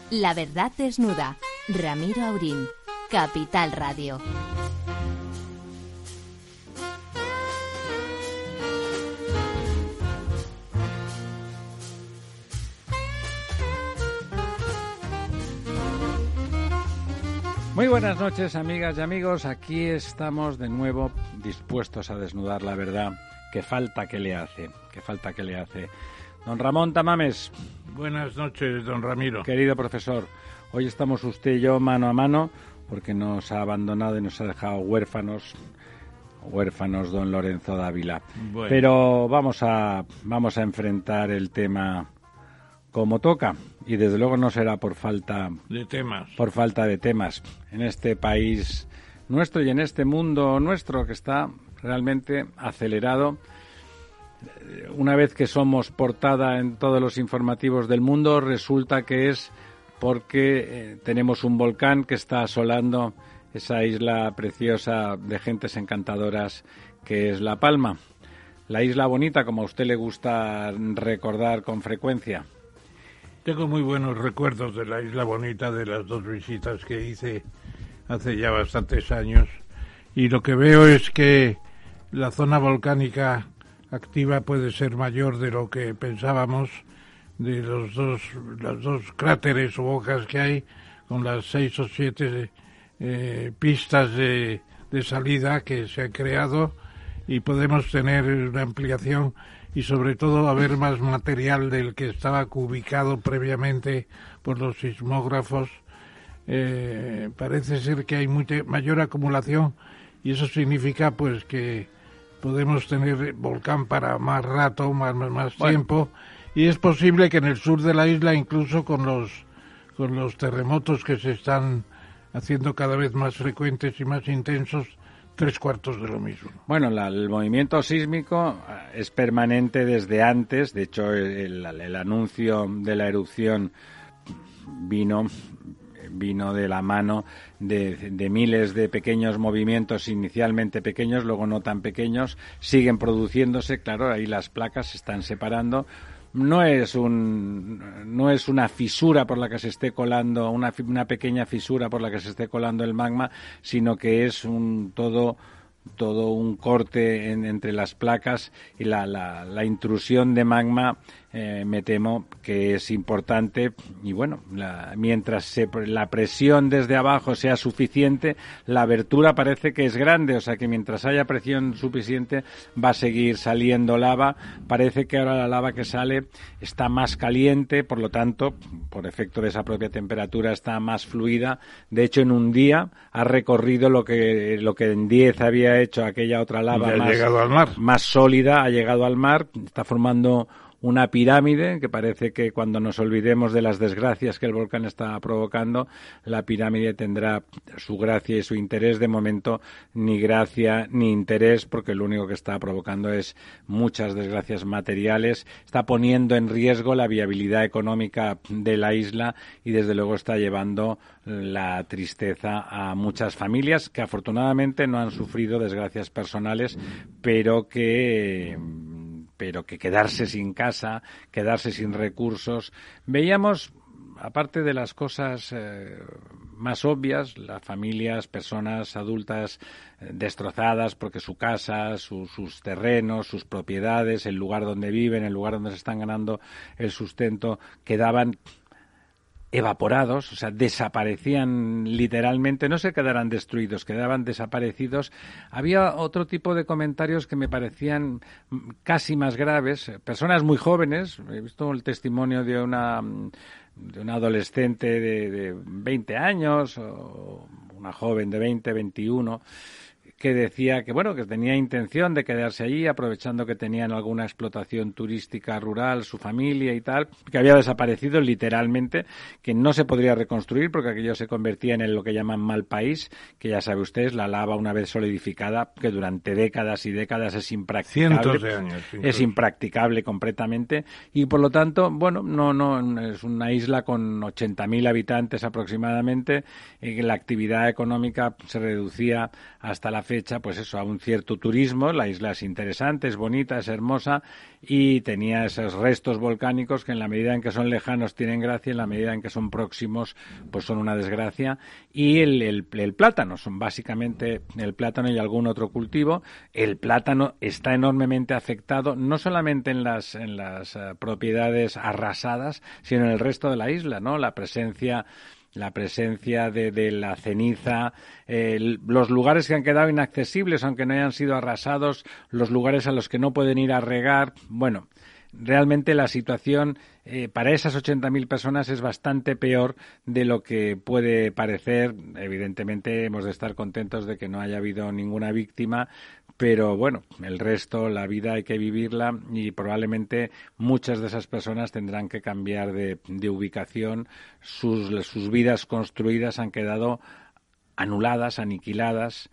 La verdad desnuda. Ramiro Aurín. Capital Radio. Muy buenas noches, amigas y amigos. Aquí estamos de nuevo dispuestos a desnudar la verdad. Qué falta que le hace, qué falta que le hace. Don Ramón Tamames. Buenas noches, don Ramiro. Querido profesor, hoy estamos usted y yo mano a mano porque nos ha abandonado y nos ha dejado huérfanos don Lorenzo Dávila. Bueno. Pero vamos a enfrentar el tema como toca, y desde luego no será por falta de temas en este país nuestro y en este mundo nuestro que está realmente acelerado. Una vez que somos portada en todos los informativos del mundo, resulta que es porque tenemos un volcán que está asolando esa isla preciosa de gentes encantadoras que es La Palma. La isla bonita, como a usted le gusta recordar con frecuencia. Tengo muy buenos recuerdos de la isla bonita, de las dos visitas que hice hace ya bastantes años. Y lo que veo es que la zona volcánica activa puede ser mayor de lo que pensábamos, de las dos cráteres o bocas que hay, con las 6 o 7 pistas de salida que se han creado, y podemos tener una ampliación y sobre todo haber más material del que estaba ubicado previamente por los sismógrafos. Parece ser que hay mayor acumulación, y eso significa pues que podemos tener volcán para más rato, más tiempo, y es posible que en el sur de la isla, incluso con los terremotos que se están haciendo cada vez más frecuentes y más intensos, 3/4 de lo mismo. Bueno, el movimiento sísmico es permanente desde antes. De hecho, el anuncio de la erupción vino de la mano de miles de pequeños movimientos, inicialmente pequeños, luego no tan pequeños, siguen produciéndose. Claro, ahí las placas se están separando. No es una fisura por la que se esté colando, una pequeña fisura por la que se esté colando el magma, sino que es todo un corte entre las placas, y la intrusión de magma me temo que es importante. Y bueno, mientras la presión desde abajo sea suficiente, la abertura parece que es grande, o sea que mientras haya presión suficiente va a seguir saliendo lava. Parece que ahora la lava que sale está más caliente, por lo tanto, por efecto de esa propia temperatura, está más fluida. De hecho, en un día ha recorrido lo que en 10 había hecho aquella otra lava más sólida, ha llegado al mar, está formando una pirámide que parece que cuando nos olvidemos de las desgracias que el volcán está provocando, la pirámide tendrá su gracia y su interés. De momento, ni gracia ni interés, porque lo único que está provocando es muchas desgracias materiales. Está poniendo en riesgo la viabilidad económica de la isla y, desde luego, está llevando la tristeza a muchas familias que afortunadamente no han sufrido desgracias personales, pero que quedarse sin casa, quedarse sin recursos. Veíamos, aparte de las cosas más obvias, las familias, personas adultas destrozadas porque su casa, sus terrenos, sus propiedades, el lugar donde viven, el lugar donde se están ganando el sustento, quedaban evaporados, o sea, desaparecían literalmente, no se quedaran destruidos, quedaban desaparecidos. Había otro tipo de comentarios que me parecían casi más graves. Personas muy jóvenes, he visto el testimonio de una adolescente de 20 años, o una joven de 20, 21, que decía que que tenía intención de quedarse allí, aprovechando que tenían alguna explotación turística rural, su familia y tal, que había desaparecido literalmente, que no se podría reconstruir porque aquello se convertía en lo que llaman mal país, que ya sabe usted, es la lava una vez solidificada, que durante décadas y décadas es impracticable. Cientos de años. Es impracticable completamente, y por lo tanto, no es una isla con 80.000 habitantes aproximadamente, y la actividad económica se reducía hasta la fecha, pues eso, a un cierto turismo. La isla es interesante, es bonita, es hermosa y tenía esos restos volcánicos que en la medida en que son lejanos tienen gracia, en la medida en que son próximos pues son una desgracia. Y el plátano, son básicamente el plátano y algún otro cultivo. El plátano está enormemente afectado, no solamente en las propiedades arrasadas, sino en el resto de la isla, ¿no? La presencia de la ceniza, los lugares que han quedado inaccesibles, aunque no hayan sido arrasados, los lugares a los que no pueden ir a regar. Bueno, realmente la situación para esas 80.000 personas es bastante peor de lo que puede parecer. Evidentemente hemos de estar contentos de que no haya habido ninguna víctima, pero bueno, el resto, la vida hay que vivirla y probablemente muchas de esas personas tendrán que cambiar de ubicación. Sus vidas construidas han quedado anuladas, aniquiladas.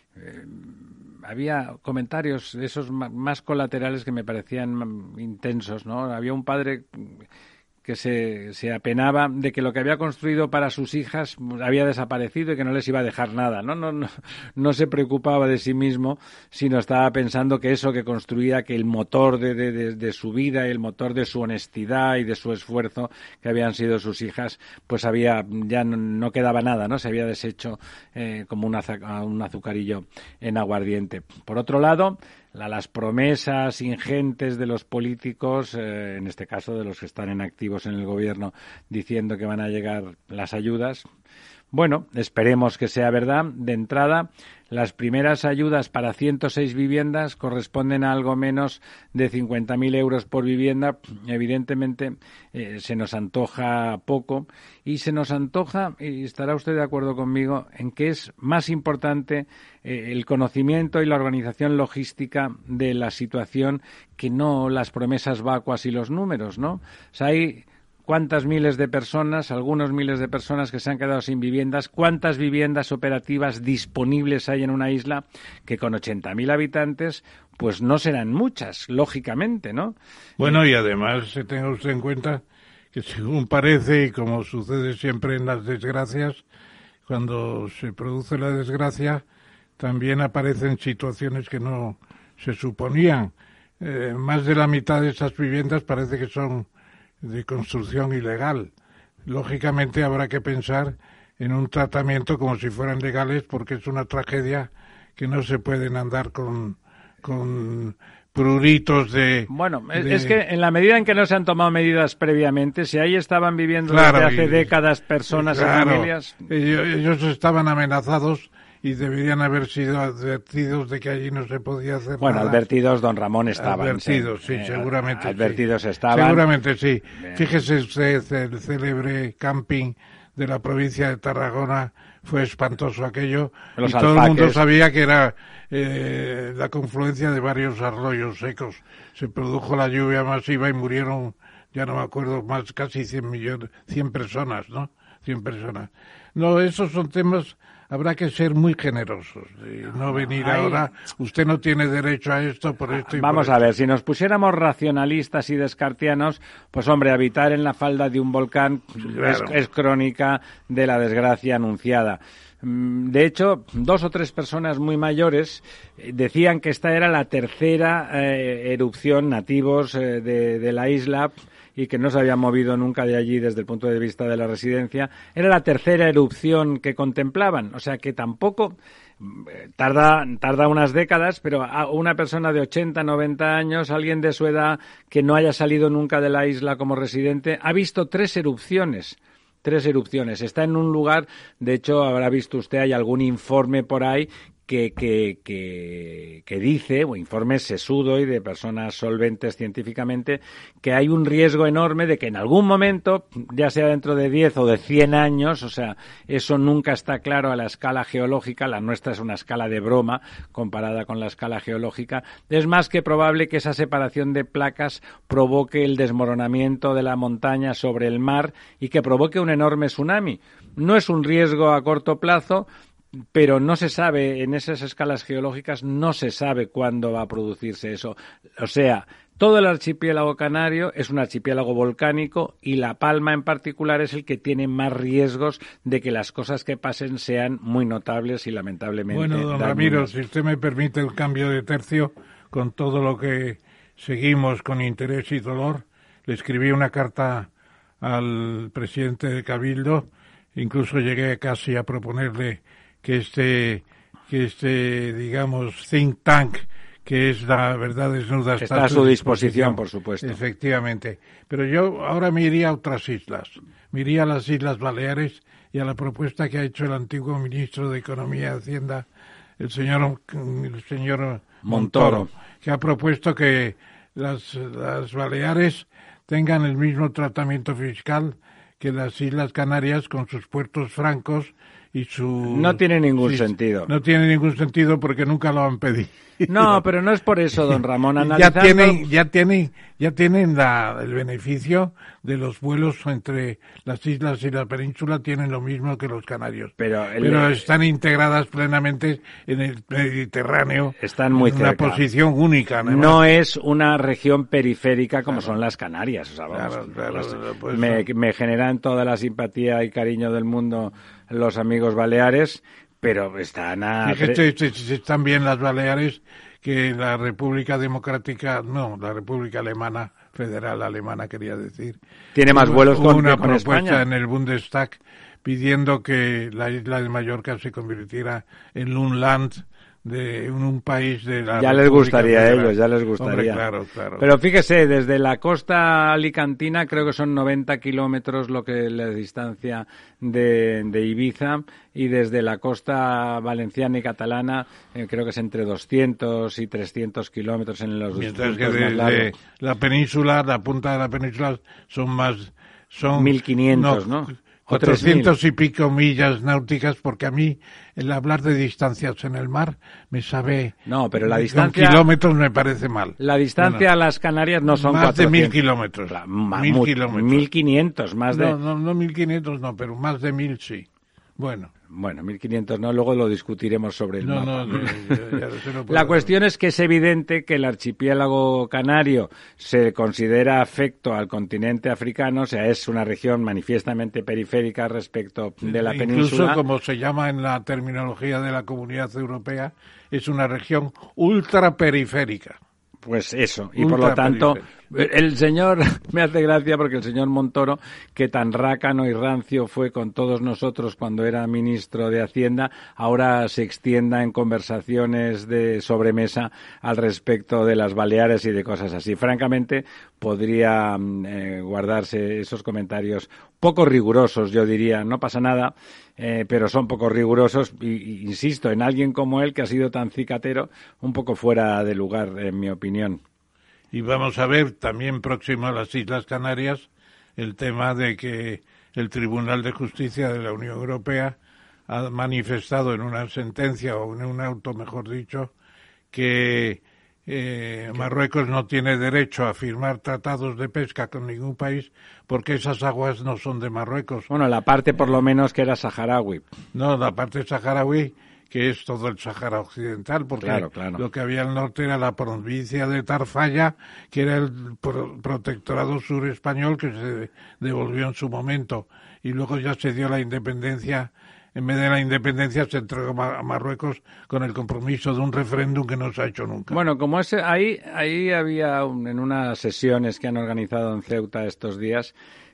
Había comentarios de esos más colaterales que me parecían intensos, ¿no? Había un padre que se apenaba de que lo que había construido para sus hijas había desaparecido y que no les iba a dejar nada, ¿no? No se preocupaba de sí mismo, sino estaba pensando que eso que construía, que el motor de su vida y el motor de su honestidad y de su esfuerzo, que habían sido sus hijas, pues ya no quedaba nada, ¿no? Se había deshecho como un azucarillo en aguardiente. Por otro lado, las promesas ingentes de los políticos, en este caso de los que están en activos en el gobierno, diciendo que van a llegar las ayudas. Bueno, esperemos que sea verdad. De entrada, las primeras ayudas para 106 viviendas corresponden a algo menos de 50.000 euros por vivienda. Evidentemente, se nos antoja poco y se nos antoja, y estará usted de acuerdo conmigo, en que es más importante el conocimiento y la organización logística de la situación que no las promesas vacuas y los números, ¿no? O sea, hay cuántas miles de personas, algunos miles de personas que se han quedado sin viviendas, cuántas viviendas operativas disponibles hay en una isla que con 80.000 habitantes pues no serán muchas, lógicamente, ¿no? Bueno, y además tenga usted en cuenta que según parece, y como sucede siempre en las desgracias, cuando se produce la desgracia también aparecen situaciones que no se suponían. Más de la mitad de esas viviendas parece que son de construcción ilegal. Lógicamente habrá que pensar en un tratamiento como si fueran legales, porque es una tragedia que no se pueden andar con pruritos de... Bueno, es que en la medida en que no se han tomado medidas previamente, si ahí estaban viviendo desde hace décadas personas y familias... Ellos estaban amenazados y deberían haber sido advertidos de que allí no se podía hacer nada. Bueno, advertidos, don Ramón, estaban. Advertidos, sí, seguramente. Advertidos sí. estaban. Seguramente sí. Bien. Fíjese usted, el célebre camping de la provincia de Tarragona, fue espantoso aquello. Y todo el mundo sabía que era la confluencia de varios arroyos secos. Se produjo la lluvia masiva y murieron, ya no me acuerdo, más casi 100 personas, ¿no? 100 personas. No, esos son temas... Habrá que ser muy generosos y no venir ahora, usted no tiene derecho a esto por esto y Vamos por a ver, si nos pusiéramos racionalistas y descartianos, pues hombre, habitar en la falda de un volcán es crónica de la desgracia anunciada. De hecho, 2 o 3 personas muy mayores decían que esta era la tercera erupción, nativos de la isla, y que no se habían movido nunca de allí desde el punto de vista de la residencia. Era la tercera erupción que contemplaban, o sea que tampoco tarda unas décadas, pero a una persona de 80, 90 años, alguien de su edad que no haya salido nunca de la isla como residente, ha visto 3 erupciones. 3 erupciones. Está en un lugar, de hecho, habrá visto usted, hay algún informe por ahí que dice, o informes sesudo y de personas solventes científicamente, que hay un riesgo enorme de que en algún momento, ya sea dentro de 10 o de 100 años, o sea, eso nunca está claro a la escala geológica, la nuestra es una escala de broma comparada con la escala geológica, es más que probable que esa separación de placas provoque el desmoronamiento de la montaña sobre el mar y que provoque un enorme tsunami. No es un riesgo a corto plazo, pero no se sabe, en esas escalas geológicas no se sabe cuándo va a producirse eso. O sea, Todo el archipiélago canario es un archipiélago volcánico y La Palma en particular es el que tiene más riesgos de que las cosas que pasen sean muy notables y lamentablemente Bueno, don Ramiro, si usted me permite el cambio de tercio, con todo lo que seguimos con interés y dolor, le escribí una carta al presidente de Cabildo, incluso llegué casi a proponerle que este digamos, think tank, que es La Verdad Desnuda, está a su disposición, por supuesto. Efectivamente. Pero yo ahora me iría a otras islas. Me iría a las Islas Baleares y a la propuesta que ha hecho el antiguo ministro de Economía y Hacienda, el señor Montoro, que ha propuesto que las Baleares tengan el mismo tratamiento fiscal que las Islas Canarias, con sus puertos francos y su... No tiene ningún sentido. No tiene ningún sentido porque nunca lo han pedido. No, pero no es por eso, don Ramón. Ya tienen el beneficio de los vuelos entre las islas y la península, tienen lo mismo que los canarios. Pero están integradas plenamente en el Mediterráneo. Están muy cerca. Una posición única. No es una región periférica como son las Canarias. O sea, me generan toda la simpatía y cariño del mundo los amigos baleares, pero están están bien las Baleares, que la República Alemana, Federal Alemana quería decir, tiene más vuelos con una con propuesta España. En el Bundestag pidiendo que la isla de Mallorca se convirtiera en un land de un país de la ya les gustaría a ellos, ya les gustaría. Hombre, claro. Pero fíjese, desde la costa alicantina creo que son 90 kilómetros lo que la distancia de Ibiza, y desde la costa valenciana y catalana creo que es entre 200 y 300 kilómetros en los mientras puntos que más largos. La península, la punta de la península son 1.500, ¿no? 400 y pico millas náuticas, porque a mí el hablar de distancias en el mar me sabe... No, pero la distancia... Con kilómetros me parece mal. La distancia a las Canarias no son más 400. De 1.000 kilómetros. 1.000 kilómetros. 1.500, más de... No, 1.500 no, pero más de 1.000 sí. Bueno, 1.500 no, luego lo discutiremos sobre el mapa. La cuestión es que es evidente que el archipiélago canario se considera afecto al continente africano, o sea, es una región manifiestamente periférica respecto de la península. Incluso, como se llama en la terminología de la Comunidad Europea, es una región ultraperiférica. Pues eso, y por lo tanto, el señor, me hace gracia porque el señor Montoro, que tan rácano y rancio fue con todos nosotros cuando era ministro de Hacienda, ahora se extienda en conversaciones de sobremesa al respecto de las Baleares y de cosas así. Francamente, podría guardarse esos comentarios poco rigurosos, yo diría. No pasa nada, pero son poco rigurosos, y insisto, en alguien como él, que ha sido tan cicatero, un poco fuera de lugar, en mi opinión. Y vamos a ver también próximo a las Islas Canarias el tema de que el Tribunal de Justicia de la Unión Europea ha manifestado en una sentencia, o en un auto, mejor dicho, que Marruecos no tiene derecho a firmar tratados de pesca con ningún país porque esas aguas no son de Marruecos. Bueno, la parte por lo menos que era saharaui. No, la parte saharaui, que es todo el Sáhara Occidental, porque claro. Lo que había al norte era la provincia de Tarfaya, que era el protectorado sur español, que se devolvió en su momento, y luego ya se dio la independencia. En vez de la independencia se entregó a Marruecos con el compromiso de un referéndum que no se ha hecho nunca. Bueno, como ese, ahí había en unas sesiones que han organizado en Ceuta estos días,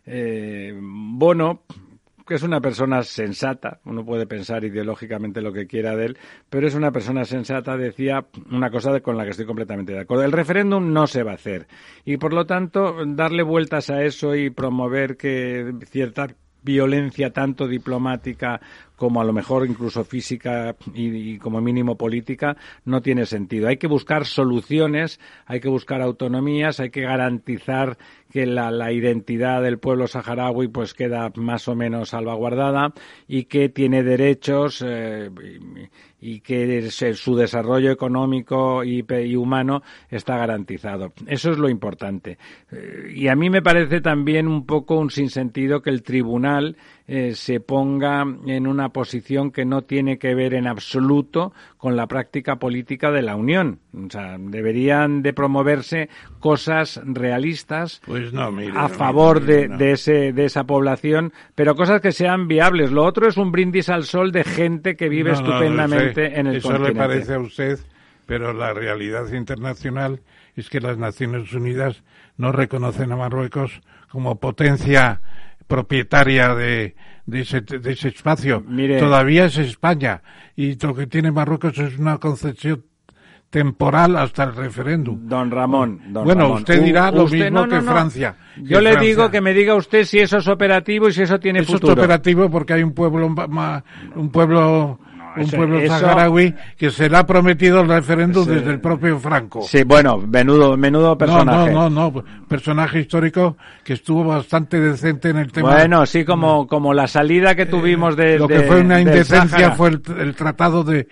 Bono, que es una persona sensata, uno puede pensar ideológicamente lo que quiera de él, pero es una persona sensata, decía una cosa con la que estoy completamente de acuerdo. El referéndum no se va a hacer, y por lo tanto darle vueltas a eso y promover que cierta violencia tanto diplomática como a lo mejor incluso física y como mínimo política no tiene sentido. Hay que buscar soluciones, hay que buscar autonomías, hay que garantizar que la identidad del pueblo saharaui pues queda más o menos salvaguardada y que tiene derechos y que su desarrollo económico y humano está garantizado. Eso es lo importante. Y a mí me parece también un poco un sinsentido que el tribunal se ponga en una posición que no tiene que ver en absoluto con la práctica política de la Unión. O sea, deberían de promoverse cosas realistas a favor de esa población, pero cosas que sean viables. Lo otro es un brindis al sol de gente que vive estupendamente en el continente. Eso le parece a usted, pero la realidad internacional es que las Naciones Unidas no reconocen a Marruecos como potencia propietaria de ese espacio. Mire, todavía es España, y lo que tiene Marruecos es una concepción temporal hasta el referéndum. Don Ramón. Usted dirá lo mismo que Francia. Yo le digo que me diga usted si eso es operativo y si eso tiene futuro. Eso es operativo porque hay un pueblo saharaui que se le ha prometido el referéndum desde el propio Franco. Sí, bueno, menudo personaje. No, personaje histórico que estuvo bastante decente en el tema. Bueno, así como la salida que tuvimos lo que fue una indecencia fue el tratado de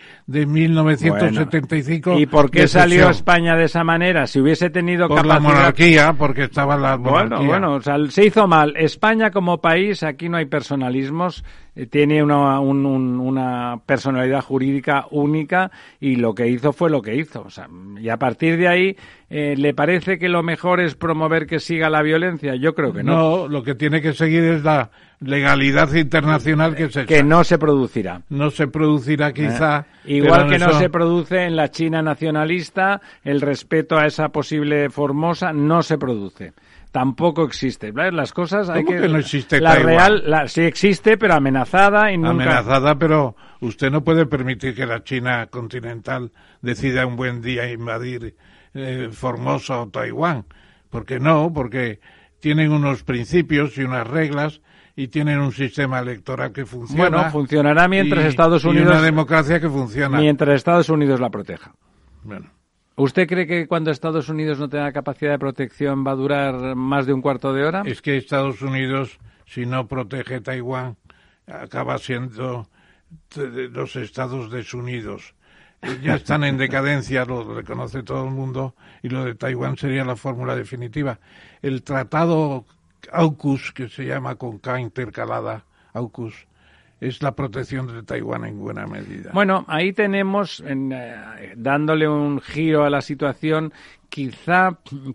1975. ¿Y por qué salió España de esa manera? Si hubiese tenido por la monarquía, porque estaba la monarquía. Bueno, o sea, se hizo mal. España como país, aquí no hay personalismos, tiene una personalidad jurídica única, y lo que hizo fue lo que hizo. O sea, y a partir de ahí, ¿le parece que lo mejor es promover que siga la violencia? Yo creo que no. No, lo que tiene que seguir es la legalidad internacional que no se producirá. No se producirá quizá. Igual que no se produce en la China nacionalista, el respeto a esa posible Formosa no se produce. Tampoco existe. Las cosas hay que no existe la Taiwán? Sí existe, pero amenazada y nunca. Amenazada, pero usted no puede permitir que la China continental decida un buen día invadir Formosa o Taiwán. ¿Por qué no? Porque tienen unos principios y unas reglas y tienen un sistema electoral que funciona. Bueno, funcionará mientras Estados Unidos. Y una democracia que funciona. Mientras Estados Unidos la proteja. Bueno. ¿Usted cree que cuando Estados Unidos no tenga capacidad de protección va a durar más de un cuarto de hora? Es que Estados Unidos, si no protege Taiwán, acaba siendo los Estados desunidos. Ya están en decadencia, lo reconoce todo el mundo, y lo de Taiwán sería la fórmula definitiva. El tratado AUKUS, que se llama con K intercalada, AUKUS, es la protección de Taiwán en buena medida. Bueno, ahí tenemos, dándole un giro a la situación, quizá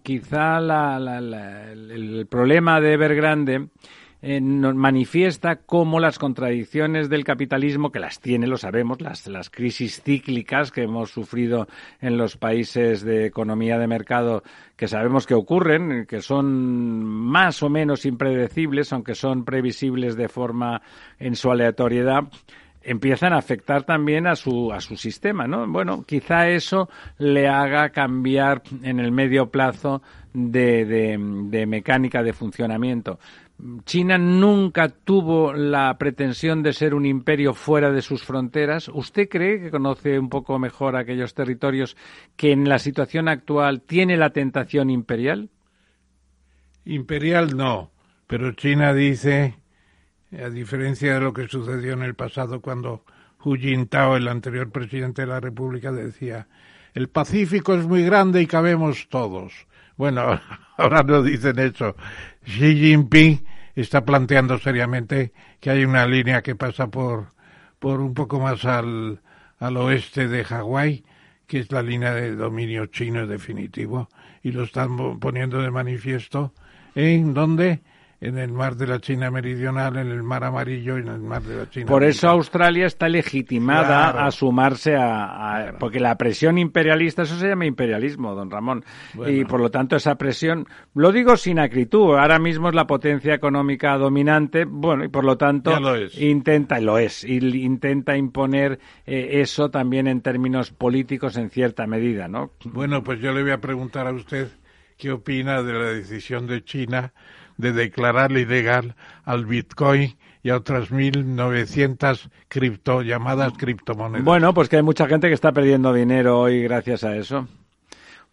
el problema de Evergrande nos manifiesta cómo las contradicciones del capitalismo, que las tiene, lo sabemos, las crisis cíclicas que hemos sufrido en los países de economía de mercado, que sabemos que ocurren, que son más o menos impredecibles, aunque son previsibles de forma en su aleatoriedad, empiezan a afectar también a su sistema, ¿no? Bueno, quizá eso le haga cambiar en el medio plazo de mecánica de funcionamiento. China nunca tuvo la pretensión de ser un imperio fuera de sus fronteras. ¿Usted cree que conoce un poco mejor aquellos territorios que en la situación actual tiene la tentación imperial? Imperial no, pero China dice, a diferencia de lo que sucedió en el pasado cuando Hu Jintao, el anterior presidente de la República, decía, el Pacífico es muy grande y cabemos todos. Bueno, ahora no dicen eso. Xi Jinping está planteando seriamente que hay una línea que pasa por un poco más al oeste de Hawái, que es la línea de dominio chino definitivo, y lo están poniendo de manifiesto en ¿dónde? En el mar de la China Meridional, en el mar Amarillo y en el mar de la China. Por eso Australia está legitimada a sumarse porque la presión imperialista, eso se llama imperialismo, don Ramón, bueno. Y por lo tanto esa presión, lo digo sin acritud, ahora mismo es la potencia económica dominante, bueno, y por lo tanto intenta imponer eso también en términos políticos en cierta medida, ¿no? Bueno, pues yo le voy a preguntar a usted qué opina de la decisión de China de declarar ilegal al Bitcoin y a otras 1.900 llamadas criptomonedas. Bueno, pues que hay mucha gente que está perdiendo dinero hoy gracias a eso.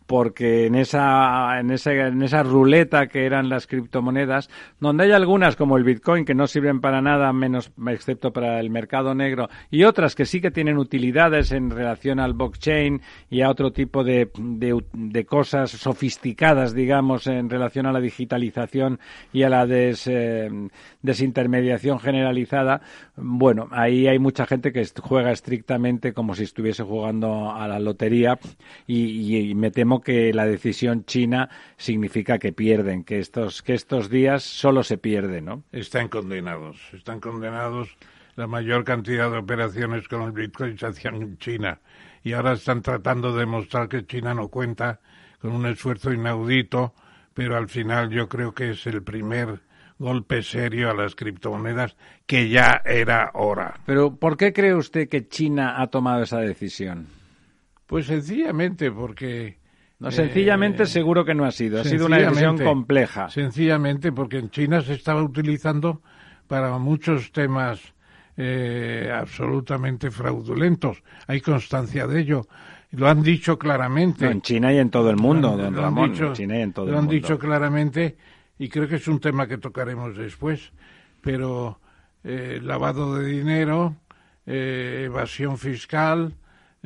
porque en esa ruleta que eran las criptomonedas, donde hay algunas como el Bitcoin que no sirven para nada menos excepto para el mercado negro, y otras que sí que tienen utilidades en relación al blockchain y a otro tipo de cosas sofisticadas, digamos, en relación a la digitalización y a la desintermediación generalizada. Bueno, ahí hay mucha gente que juega estrictamente como si estuviese jugando a la lotería y me temo que la decisión china significa que pierden, que estos días solo se pierden, ¿no? Están condenados. La mayor cantidad de operaciones con el Bitcoin se hacían en China y ahora están tratando de demostrar que China no cuenta, con un esfuerzo inaudito, pero al final yo creo que es el primer golpe serio a las criptomonedas, que ya era hora. Pero ¿por qué cree usted que China ha tomado esa decisión? Pues sencillamente porque... No, sencillamente seguro que no ha sido una decisión compleja. Sencillamente porque en China se estaba utilizando para muchos temas absolutamente fraudulentos. Hay constancia de ello. Lo han dicho claramente. No, en China y en todo el mundo, don Ramón. Lo han dicho claramente y creo que es un tema que tocaremos después. Pero lavado de dinero, evasión fiscal...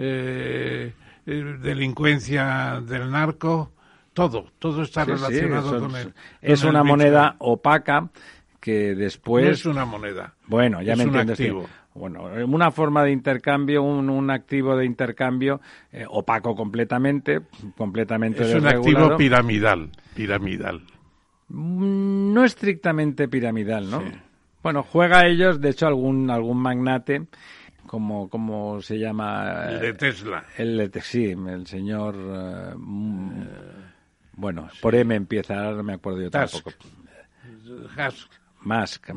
delincuencia del narco, todo está relacionado con él. Es una moneda opaca que después... No es una moneda. Bueno, ya me entiendes. Es un activo. Bueno, una forma de intercambio, un activo de intercambio opaco completamente es un desregulado. activo piramidal. No estrictamente piramidal, ¿no? Sí. Bueno, juega a ellos, de hecho, algún magnate... ¿Cómo se llama? El de Tesla. Sí, el señor... bueno, por M empieza, ahora no me acuerdo yo tampoco. Musk.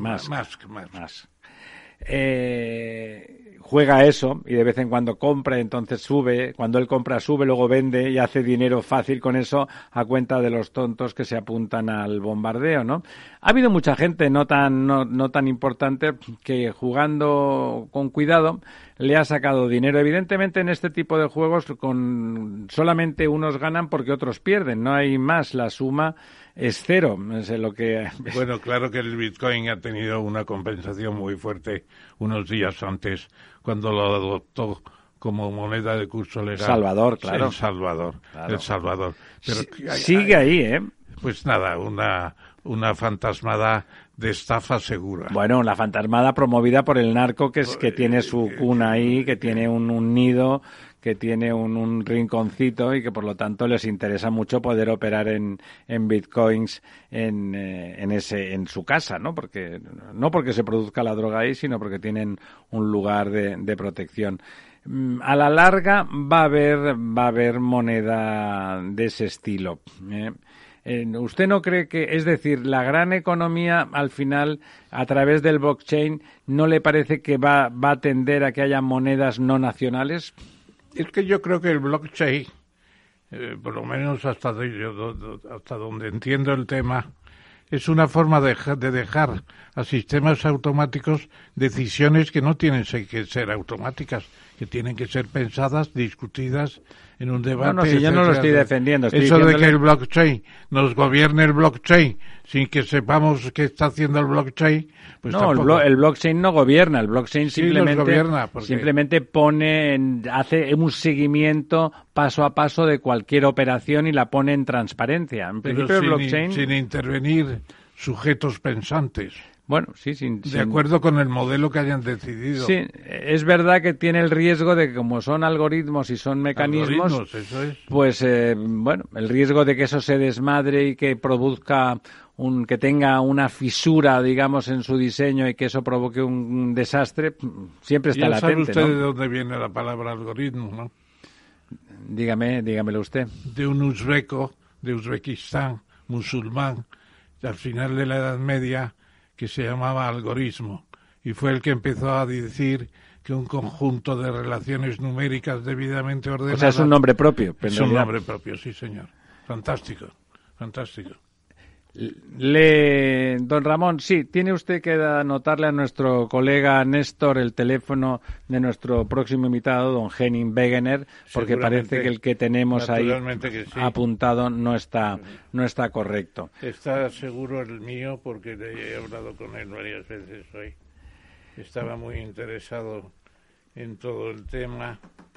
Juega eso y de vez en cuando compra, entonces sube. Cuando él compra, sube, luego vende y hace dinero fácil con eso a cuenta de los tontos que se apuntan al bombardeo, ¿no? Ha habido mucha gente no tan importante que jugando con cuidado le ha sacado dinero. Evidentemente en este tipo de juegos solamente unos ganan porque otros pierden, no hay más, la suma es cero. No sé lo que... Bueno, claro que el Bitcoin ha tenido una compensación muy fuerte unos días antes, cuando lo adoptó como moneda de curso legal. Salvador, claro. El Salvador. Pero sigue ahí, ¿eh? Pues nada, una fantasmada de estafa segura. Bueno, la fantasmada promovida por el narco, que tiene su cuna ahí, que tiene un nido, que tiene un rinconcito y que por lo tanto les interesa mucho poder operar en bitcoins en su casa, ¿no? No porque se produzca la droga ahí, sino porque tienen un lugar de protección. A la larga va a haber moneda de ese estilo, ¿eh? ¿Usted no cree que, es decir, la gran economía al final, a través del blockchain, no le parece que va a tender a que haya monedas no nacionales? Es que yo creo que el blockchain, por lo menos hasta donde entiendo el tema, es una forma de dejar a sistemas automáticos decisiones que no tienen que ser automáticas, que tienen que ser pensadas, discutidas en un debate. No, si yo no lo estoy defendiendo. Eso de que el blockchain nos gobierne el blockchain sin que sepamos qué está haciendo el blockchain, pues no, tampoco. El blockchain no gobierna, el blockchain sí simplemente hace un seguimiento paso a paso de cualquier operación y la pone en transparencia. En principio el blockchain sin intervenir sujetos pensantes. Bueno, sí, de acuerdo con el modelo que hayan decidido. Sí, es verdad que tiene el riesgo de que como son algoritmos y son mecanismos, eso es. Pues bueno, el riesgo de que eso se desmadre y que produzca que tenga una fisura, digamos, en su diseño y que eso provoque un desastre, siempre está latente, ¿Sabe usted ¿no? de dónde viene la palabra algoritmo, no? Dígamelo usted. De un uzbeco, de Uzbekistán, musulmán, al final de la Edad Media, que se llamaba algoritmo, y fue el que empezó a decir que un conjunto de relaciones numéricas debidamente ordenadas... O sea, es un nombre propio. Es un nombre propio, sí, señor. Fantástico. Don Ramón, sí, tiene usted que anotarle a nuestro colega Néstor el teléfono de nuestro próximo invitado, don Henning Wegener, porque parece que el que tenemos ahí que sí. apuntado no está correcto. Está seguro el mío porque he hablado con él varias veces hoy. Estaba muy interesado en todo el tema.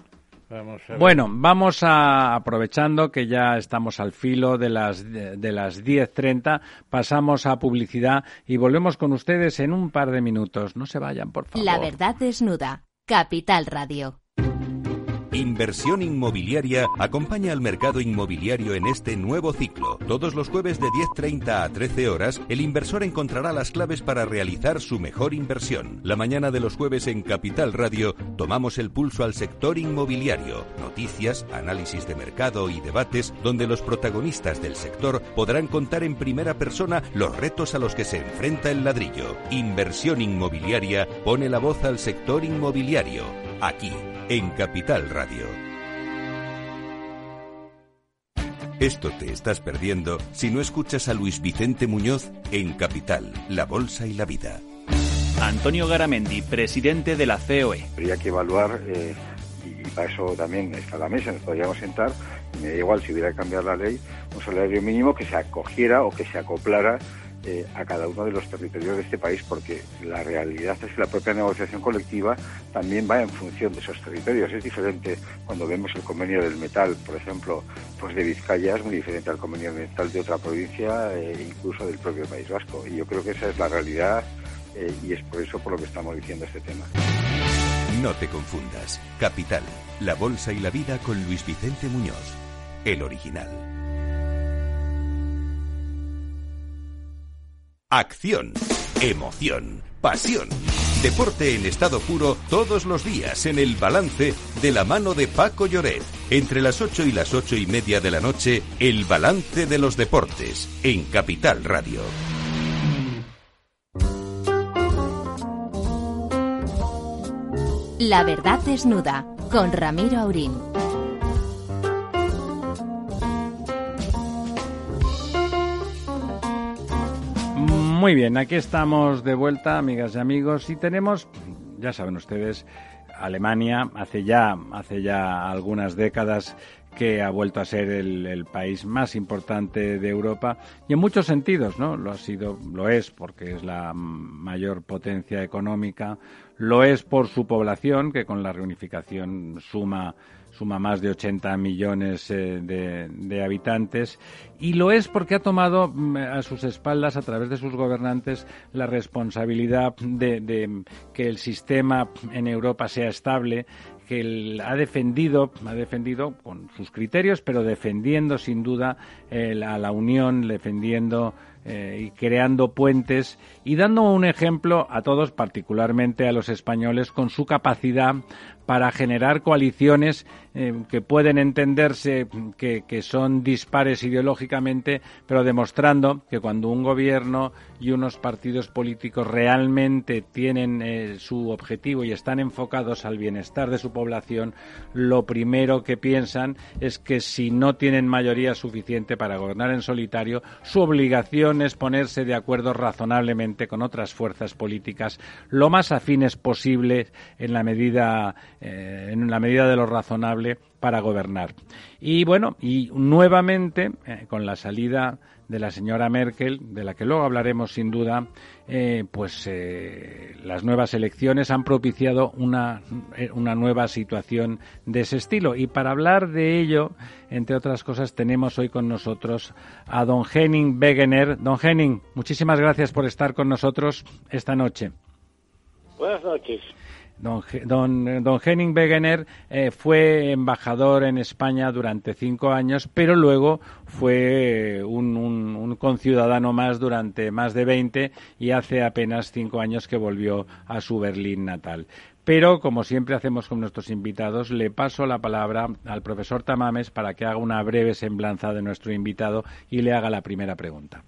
Vamos aprovechando que ya estamos al filo de las 10:30, pasamos a publicidad y volvemos con ustedes en un par de minutos. No se vayan, por favor. La verdad desnuda. Capital Radio. Inversión Inmobiliaria acompaña al mercado inmobiliario en este nuevo ciclo. Todos los jueves de 10:30 a 13 horas, el inversor encontrará las claves para realizar su mejor inversión. La mañana de los jueves en Capital Radio tomamos el pulso al sector inmobiliario. Noticias, análisis de mercado y debates donde los protagonistas del sector podrán contar en primera persona los retos a los que se enfrenta el ladrillo. Inversión Inmobiliaria pone la voz al sector inmobiliario. Aquí, en Capital Radio. Esto te estás perdiendo si no escuchas a Luis Vicente Muñoz en Capital, La Bolsa y la Vida. Antonio Garamendi, presidente de la COE. Habría que evaluar, y para eso también está la mesa, nos podríamos sentar, y me da igual si hubiera que cambiar la ley, un salario mínimo que se acogiera o que se acoplara a cada uno de los territorios de este país, porque la realidad es que la propia negociación colectiva también va en función de esos territorios. Es diferente cuando vemos el convenio del metal, por ejemplo, pues de Vizcaya, es muy diferente al convenio del metal de otra provincia, incluso del propio País Vasco. Y yo creo que esa es la realidad y es por eso por lo que estamos diciendo este tema. No te confundas. Capital, La Bolsa y la Vida con Luis Vicente Muñoz, el original. Acción, emoción, pasión. Deporte en estado puro todos los días en El Balance de la mano de Paco Lloret. Entre las 8 y las 8:30 de la noche, El Balance de los Deportes en Capital Radio. La verdad desnuda con Ramiro Aurín. Muy bien, aquí estamos de vuelta, amigas y amigos, y tenemos, ya saben ustedes, Alemania hace ya algunas décadas que ha vuelto a ser el país más importante de Europa y en muchos sentidos, ¿no? Lo es porque es la mayor potencia económica, lo es por su población, que con la reunificación suma más de 80 millones de habitantes, y lo es porque ha tomado a sus espaldas, a través de sus gobernantes, la responsabilidad de que el sistema en Europa sea estable, que ha defendido con sus criterios, pero defendiendo sin duda a la Unión, defendiendo y creando puentes y dando un ejemplo a todos, particularmente a los españoles, con su capacidad para generar coaliciones que pueden entenderse que son dispares ideológicamente, pero demostrando que cuando un gobierno y unos partidos políticos realmente tienen su objetivo y están enfocados al bienestar de su población, lo primero que piensan es que si no tienen mayoría suficiente para gobernar en solitario, su obligación es ponerse de acuerdo razonablemente con otras fuerzas políticas lo más afines posible en la medida de lo razonable para gobernar. Y bueno, y nuevamente con la salida de la señora Merkel, de la que luego hablaremos sin duda, las nuevas elecciones han propiciado una nueva situación de ese estilo. Y para hablar de ello, entre otras cosas, tenemos hoy con nosotros a don Henning Wegener. Don Henning, muchísimas gracias por estar con nosotros esta noche. Buenas noches. Don Henning Wegener fue embajador en España durante 5 años, pero luego fue un conciudadano más durante más de 20 y hace apenas 5 años que volvió a su Berlín natal. Pero, como siempre hacemos con nuestros invitados, le paso la palabra al profesor Tamames para que haga una breve semblanza de nuestro invitado y le haga la primera pregunta.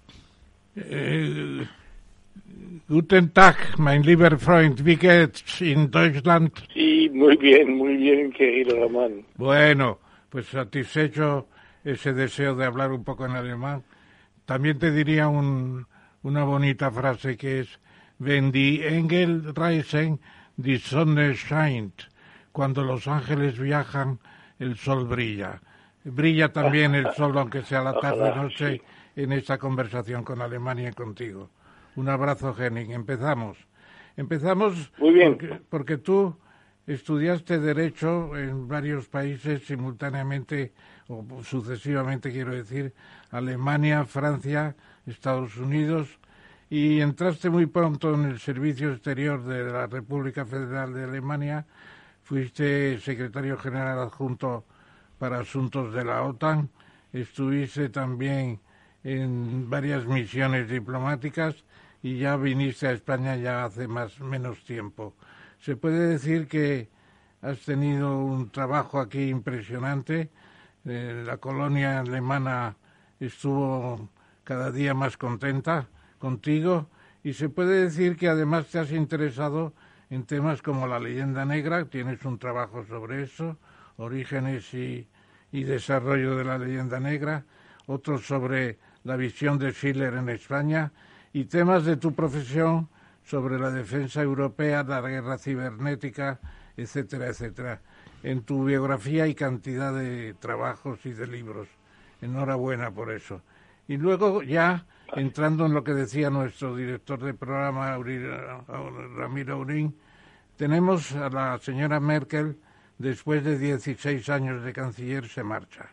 Guten Tag, mein lieber Freund, wie geht's in Deutschland? Sí, muy bien, querido Ramón. Bueno, pues satisfecho ese deseo de hablar un poco en alemán, También te diría una bonita frase que es Wenn die Engel reisen, die Sonne scheint. Cuando los ángeles viajan, el sol brilla. Brilla también el sol, aunque sea la tarde-noche, en esta conversación con Alemania y contigo. Un abrazo, Henning. Empezamos. Muy bien. Porque tú estudiaste Derecho en varios países simultáneamente, o sucesivamente, quiero decir, Alemania, Francia, Estados Unidos, y entraste muy pronto en el Servicio Exterior de la República Federal de Alemania. Fuiste secretario general adjunto para asuntos de la OTAN, estuviste también en varias misiones diplomáticas y ya viniste a España ya hace menos tiempo. Se puede decir que has tenido un trabajo aquí impresionante. La colonia alemana estuvo cada día más contenta contigo y se puede decir que además te has interesado en temas como la leyenda negra, tienes un trabajo sobre eso, orígenes y desarrollo de la leyenda negra, otros sobre la visión de Schiller en España y temas de tu profesión sobre la defensa europea, la guerra cibernética, etcétera, etcétera. En tu biografía hay cantidad de trabajos y de libros. Enhorabuena por eso. Y luego ya, entrando en lo que decía nuestro director de programa, Ramiro Aurín, tenemos a la señora Merkel, después de 16 años de canciller, se marcha.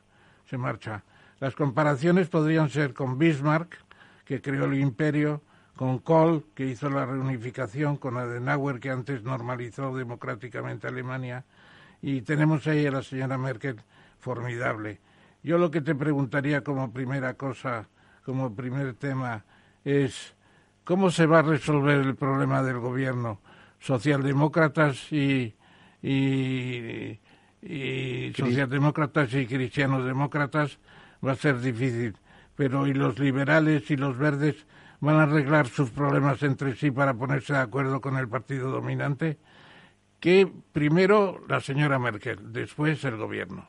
Las comparaciones podrían ser con Bismarck, que creó el imperio, con Kohl, que hizo la reunificación, con Adenauer, que antes normalizó democráticamente Alemania, y tenemos ahí a la señora Merkel, formidable. Yo lo que te preguntaría como primera cosa, como primer tema, es ¿cómo se va a resolver el problema del gobierno? Socialdemócratas y socialdemócratas y cristianos demócratas va a ser difícil, pero ¿y los liberales y los verdes van a arreglar sus problemas entre sí para ponerse de acuerdo con el partido dominante? Que primero la señora Merkel, después el gobierno.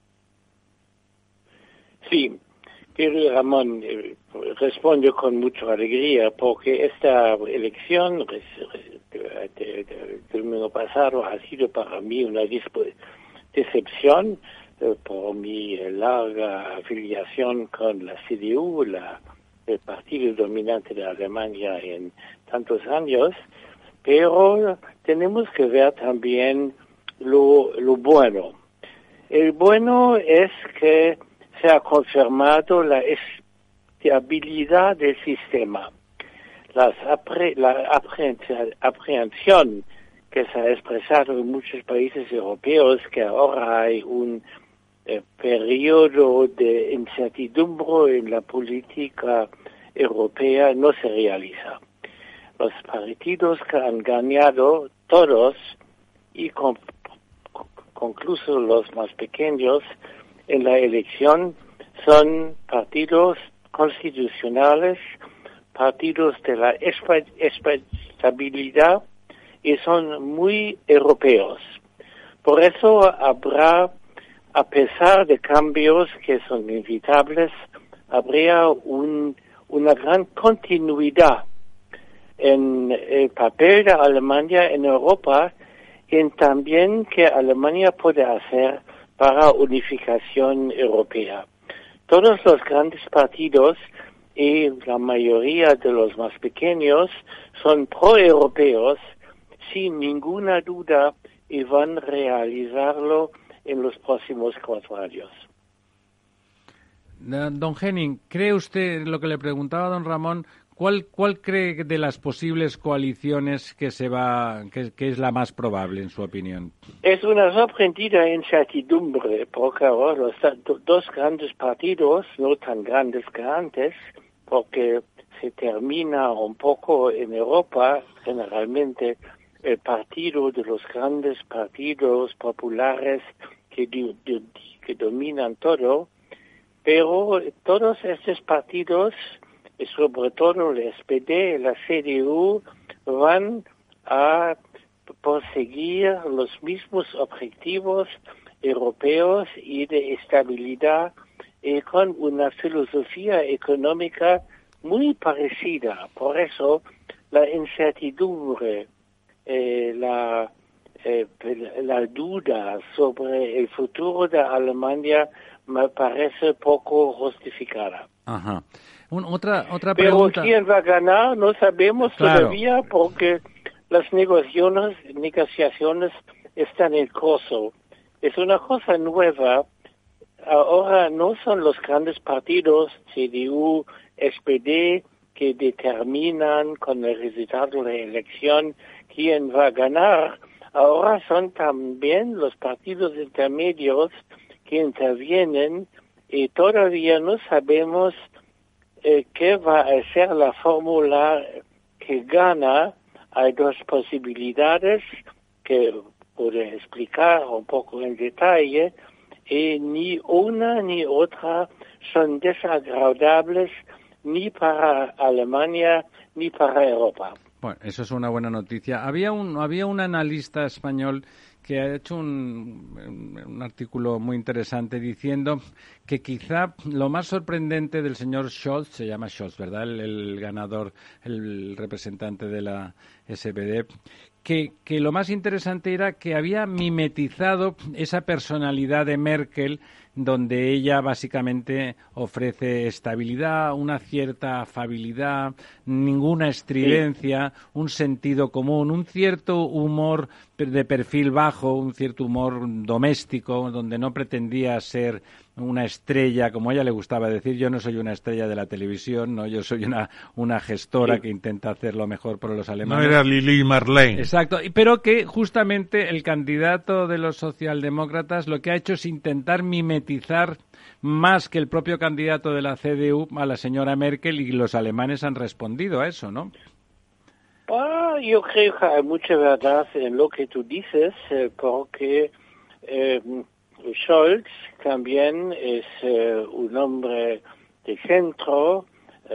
Sí, querido Ramón, respondo con mucha alegría porque esta elección del domingo pasado ha sido para mí una decepción por mi larga afiliación con la CDU, el partido dominante de Alemania en tantos años, pero tenemos que ver también lo bueno. El bueno es que se ha confirmado la estabilidad del sistema. La aprehensión que se ha expresado en muchos países europeos que ahora hay un periodo de incertidumbre en la política europea no se realiza. Los partidos que han ganado todos, y incluso los más pequeños, en la elección son partidos constitucionales, partidos de la estabilidad y son muy europeos. Por eso habrá, a pesar de cambios que son inevitables, habría una gran continuidad en el papel de Alemania en Europa y también que Alemania puede hacer para unificación europea. Todos los grandes partidos y la mayoría de los más pequeños son pro-europeos sin ninguna duda y van a realizarlo en los próximos 4 años. Don Henning, ¿cree usted, lo que le preguntaba a don Ramón, cuál cree de las posibles coaliciones que es la más probable, en su opinión? Es una sorprendida incertidumbre, porque ahora los dos grandes partidos, no tan grandes que antes, porque se termina un poco en Europa, generalmente, el partido de los grandes partidos populares que dominan todo, pero todos estos partidos, y sobre todo el SPD y la CDU, van a perseguir los mismos objetivos europeos y de estabilidad y con una filosofía económica muy parecida. Por eso la incertidumbre, la duda sobre el futuro de Alemania me parece poco justificada. Ajá. Otra Pero pregunta. quién va a ganar no sabemos todavía, porque las negociaciones están en curso. Es una cosa nueva. Ahora no son los grandes partidos, CDU, SPD, que determinan con el resultado de la elección quién va a ganar. Ahora son también los partidos intermedios que intervienen y todavía no sabemos qué va a ser la fórmula que gana. Hay dos posibilidades que puedo explicar un poco en detalle, y ni una ni otra son desagradables ni para Alemania ni para Europa. Bueno, eso es una buena noticia. Había un analista español que ha hecho un artículo muy interesante diciendo que quizá lo más sorprendente del señor Scholz, se llama Scholz, ¿verdad? El ganador, el representante de la SPD, que lo más interesante era que había mimetizado esa personalidad de Merkel, donde ella básicamente ofrece estabilidad, una cierta afabilidad, ninguna estridencia, un sentido común, un cierto humor de perfil bajo, un cierto humor doméstico, donde no pretendía ser una estrella, como a ella le gustaba decir. Yo no soy una estrella de la televisión, no, yo soy una gestora que intenta hacer lo mejor por los alemanes. No era Lili Marlene. Exacto, pero que justamente el candidato de los socialdemócratas lo que ha hecho es intentar mimetizar más que el propio candidato de la CDU a la señora Merkel, y los alemanes han respondido a eso, ¿no? Yo creo que hay mucha verdad en lo que tú dices, porque Scholz también es un hombre de centro,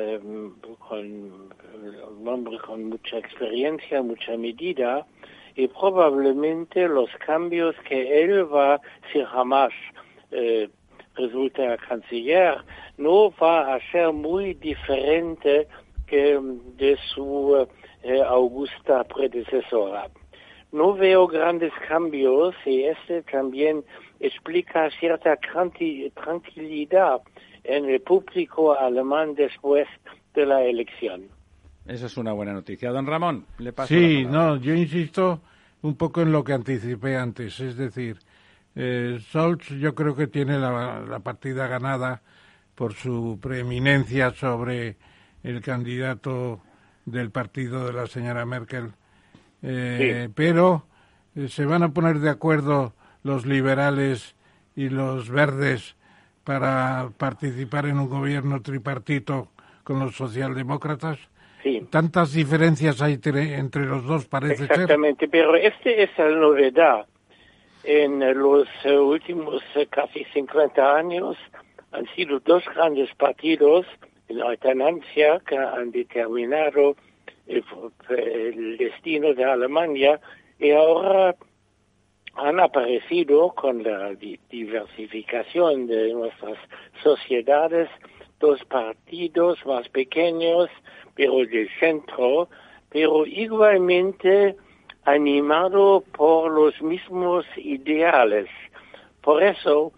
un hombre con mucha experiencia, mucha medida, y probablemente los cambios que él va, si jamás resulta canciller, no va a ser muy diferente que de su augusta predecesora. No veo grandes cambios, y este también explica cierta tranquilidad en el público alemán después de la elección. Eso es una buena noticia. Don Ramón, le paso Sí, la palabra. no, yo insisto un poco en lo que anticipé antes, es decir, Scholz yo creo que tiene la partida ganada por su preeminencia sobre el candidato del partido de la señora Merkel, pero se van a poner de acuerdo los liberales y los verdes para participar en un gobierno tripartito con los socialdemócratas. Sí. Tantas diferencias hay entre los dos, parece ser. Exactamente, pero esta es la novedad. En los últimos casi 50 años han sido dos grandes partidos en alternancia que han determinado el destino de Alemania, y ahora han aparecido con la diversificación de nuestras sociedades dos partidos más pequeños, pero del centro, pero igualmente animado por los mismos ideales. Por eso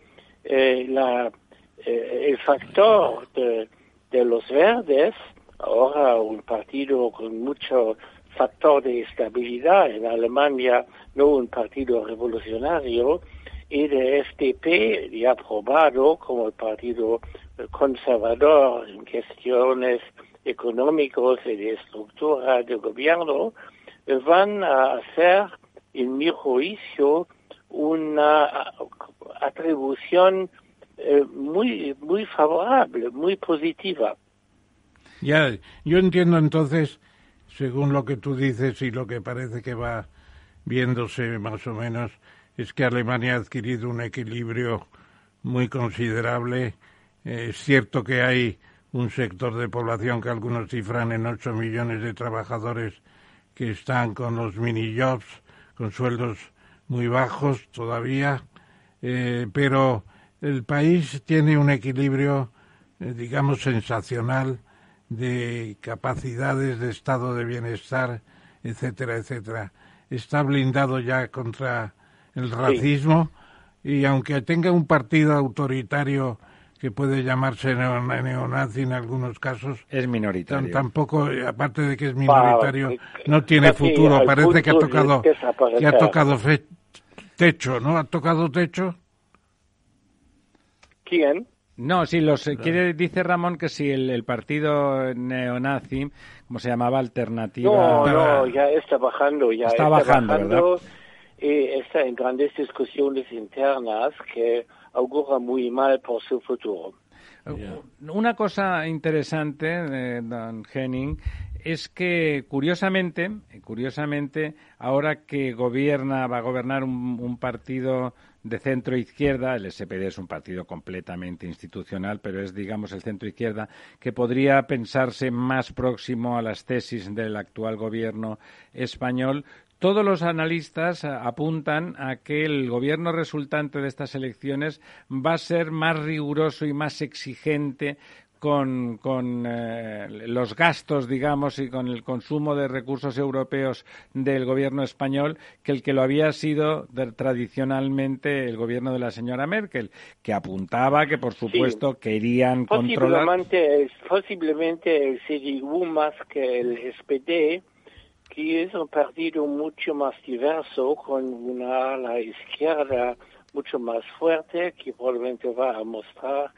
el factor de los verdes, ahora un partido con mucho factor de estabilidad en Alemania, no un partido revolucionario, y de FDP, ya aprobado como el partido conservador en cuestiones económicas y de estructura de gobierno, van a hacer, en mi juicio, una atribución muy favorable, muy positiva. Ya, yo entiendo entonces, según lo que tú dices y lo que parece que va viéndose más o menos, es que Alemania ha adquirido un equilibrio muy considerable. Es cierto que hay un sector de población que algunos cifran en 8 millones de trabajadores que están con los mini-jobs, con sueldos muy bajos todavía, pero el país tiene un equilibrio, digamos, sensacional de capacidades de estado de bienestar, etcétera, etcétera. Está blindado ya contra el racismo y aunque tenga un partido autoritario que puede llamarse neonazi en algunos casos, es minoritario. Tampoco, aparte de que es minoritario, no tiene futuro. Parece que ha tocado techo, ¿no? ¿Ha tocado techo? ¿Quién? No, sí, dice Ramón que si el partido neonazi, como se llamaba, Alternativa... No, ya está bajando. Está bajando, ¿verdad? Está en grandes discusiones internas que auguran muy mal por su futuro. Una cosa interesante, don Henning, es que curiosamente, ahora que va a gobernar un partido de centro-izquierda, el SPD es un partido completamente institucional, pero es, digamos, el centro-izquierda, que podría pensarse más próximo a las tesis del actual gobierno español. Todos los analistas apuntan a que el gobierno resultante de estas elecciones va a ser más riguroso y más exigente con los gastos, digamos, y con el consumo de recursos europeos del gobierno español que el que lo había sido tradicionalmente el gobierno de la señora Merkel, que apuntaba que, por supuesto, querían controlar... Posiblemente el CDU más que el SPD, que es un partido mucho más diverso, con una ala izquierda mucho más fuerte, que probablemente va a mostrar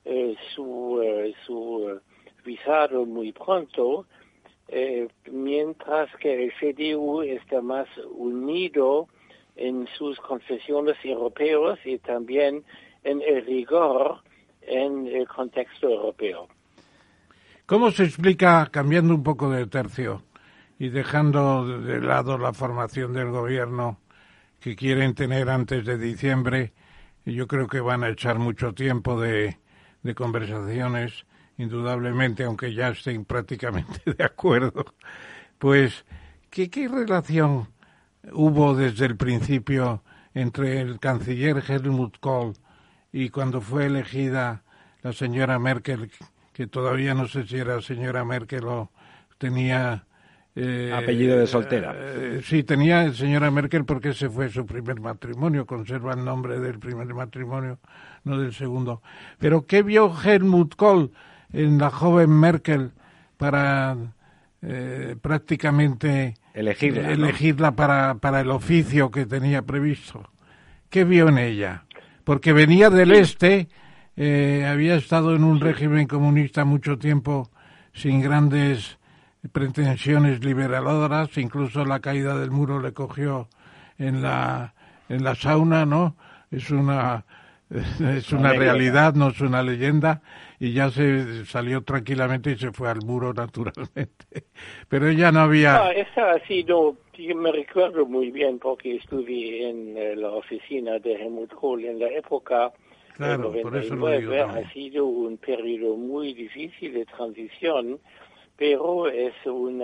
su visado muy pronto, mientras que el CDU está más unido en sus concesiones europeas y también en el rigor en el contexto europeo. ¿Cómo se explica, cambiando un poco de tercio y dejando de lado la formación del gobierno que quieren tener antes de diciembre? Yo creo que van a echar mucho tiempo de conversaciones, indudablemente, aunque ya estén prácticamente de acuerdo. Pues, ¿qué relación hubo desde el principio entre el canciller Helmut Kohl y cuando fue elegida la señora Merkel, que todavía no sé si era señora Merkel o tenía... apellido de soltera. Sí, tenía señora Merkel porque ese fue su primer matrimonio, conserva el nombre del primer matrimonio, no del segundo. Pero ¿qué vio Helmut Kohl en la joven Merkel para prácticamente elegirla para el oficio que tenía previsto? ¿Qué vio en ella? Porque venía del este, había estado en un régimen comunista mucho tiempo sin grandes pretensiones liberadoras, incluso la caída del muro le cogió en la sauna, ¿no? Es una realidad, no es una leyenda, y ya se salió tranquilamente y se fue al muro naturalmente. Pero ella no había... Esa ha sido, yo me recuerdo muy bien porque estuve en la oficina de Helmut Kohl en la época del 99, por eso lo digo también. Ha sido un periodo muy difícil de transición, pero es un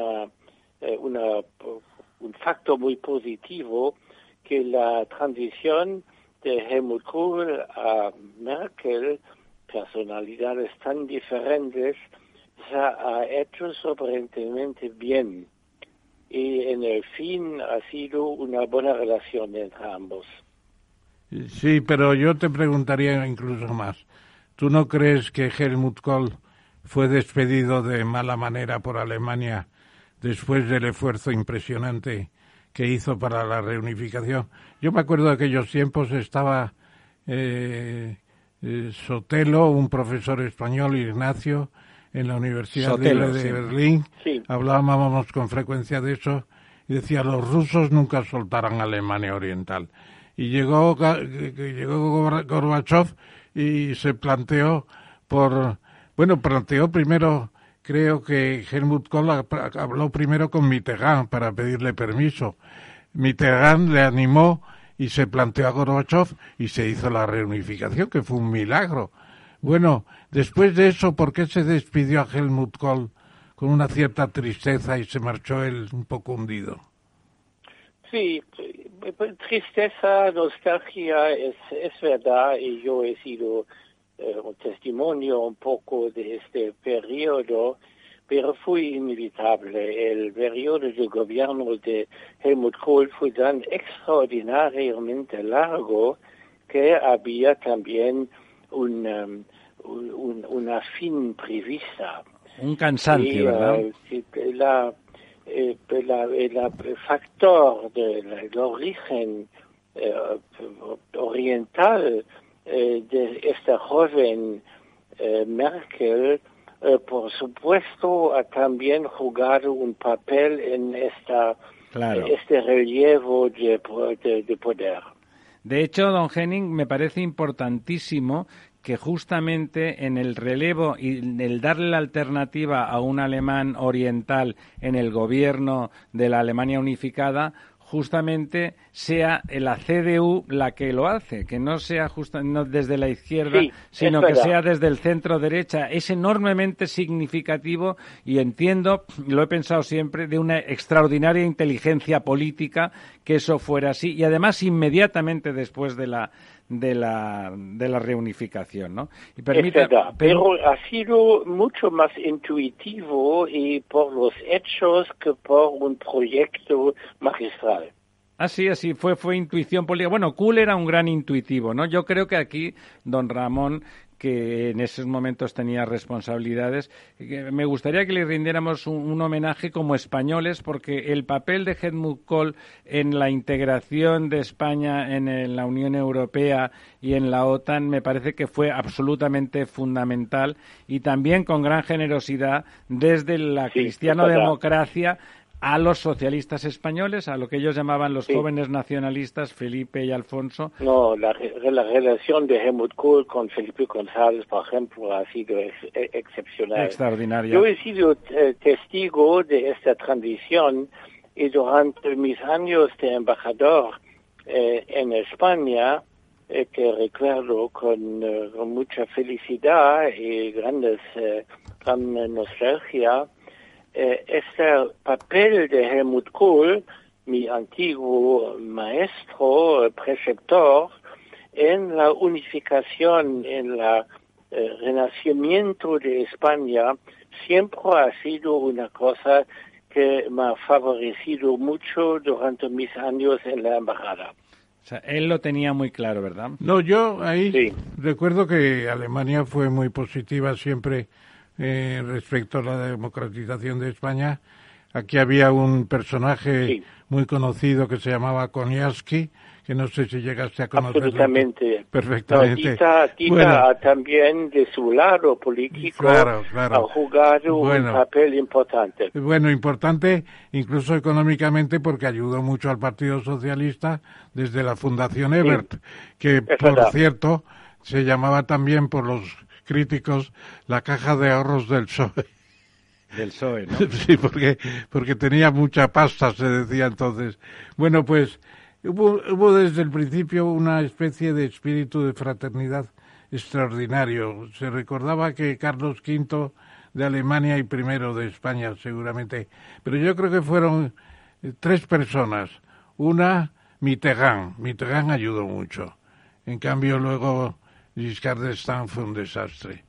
factor muy positivo que la transición de Helmut Kohl a Merkel, personalidades tan diferentes, se ha hecho sorprendentemente bien. Y en el fin ha sido una buena relación entre ambos. Sí, pero yo te preguntaría incluso más. ¿Tú no crees que Helmut Kohl fue despedido de mala manera por Alemania después del esfuerzo impresionante que hizo para la reunificación? Yo me acuerdo de aquellos tiempos, estaba Sotelo, un profesor español, Ignacio, en la Universidad de Berlín. Sí. Hablábamos con frecuencia de eso y decía, los rusos nunca soltarán Alemania Oriental. Y llegó Gorbachev y se planteó planteó primero, creo que Helmut Kohl habló primero con Mitterrand para pedirle permiso. Mitterrand le animó y se planteó a Gorbachev y se hizo la reunificación, que fue un milagro. Bueno, después de eso, ¿por qué se despidió a Helmut Kohl con una cierta tristeza y se marchó él un poco hundido? Sí, tristeza, nostalgia, es verdad, y yo he sido un testimonio un poco de este periodo, pero fue inevitable. El periodo de gobierno de Helmut Kohl fue tan extraordinariamente largo que había también una fin prevista. Un cansancio, ¿verdad? El factor del origen oriental de esta joven Merkel, por supuesto, ha también jugado un papel en este relevo de poder. De hecho, don Henning, me parece importantísimo que justamente en el relevo y el darle la alternativa a un alemán oriental en el gobierno de la Alemania unificada, justamente sea la CDU la que lo hace, que no sea no desde la izquierda, sino que sea desde el centro derecha. Es enormemente significativo y entiendo, lo he pensado siempre, de una extraordinaria inteligencia política que eso fuera así, y además inmediatamente después de la reunificación, ¿no? Y es verdad, pero ha sido mucho más intuitivo y por los hechos que por un proyecto magistral. Así fue intuición política. Bueno, Kohl era un gran intuitivo, ¿no? Yo creo que aquí, don Ramón, que en esos momentos tenía responsabilidades, me gustaría que le rindiéramos un homenaje como españoles, porque el papel de Helmut Kohl en la integración de España en la Unión Europea y en la OTAN me parece que fue absolutamente fundamental, y también con gran generosidad desde la cristiano-democracia a los socialistas españoles, a lo que ellos llamaban los jóvenes nacionalistas, Felipe y Alfonso. No, la relación de Helmut Kohl con Felipe González, por ejemplo, ha sido excepcional. Extraordinaria. Yo he sido testigo de esta transición, y durante mis años de embajador en España, que recuerdo con mucha felicidad y gran nostalgia, este papel de Helmut Kohl, mi antiguo maestro, preceptor, en la unificación, en el renacimiento de España, siempre ha sido una cosa que me ha favorecido mucho durante mis años en la embajada. O sea, él lo tenía muy claro, ¿verdad? No, yo ahí recuerdo que Alemania fue muy positiva siempre respecto a la democratización de España. Aquí había un personaje muy conocido que se llamaba Koniaski, que no sé si llegaste a conocerlo. Absolutamente. Perfectamente. Tita también de su lado político ha jugado un papel importante. Bueno, importante incluso económicamente, porque ayudó mucho al Partido Socialista desde la Fundación Ebert, que por cierto se llamaba también por los críticos la caja de ahorros del PSOE. Del PSOE, ¿no? Sí, porque tenía mucha pasta, se decía entonces. Bueno, pues hubo desde el principio una especie de espíritu de fraternidad extraordinario. Se recordaba que Carlos V de Alemania y primero de España, seguramente. Pero yo creo que fueron 3 personas. Una, Mitterrand. Mitterrand ayudó mucho. En cambio, luego Giscard d'Estaing fue un desastre.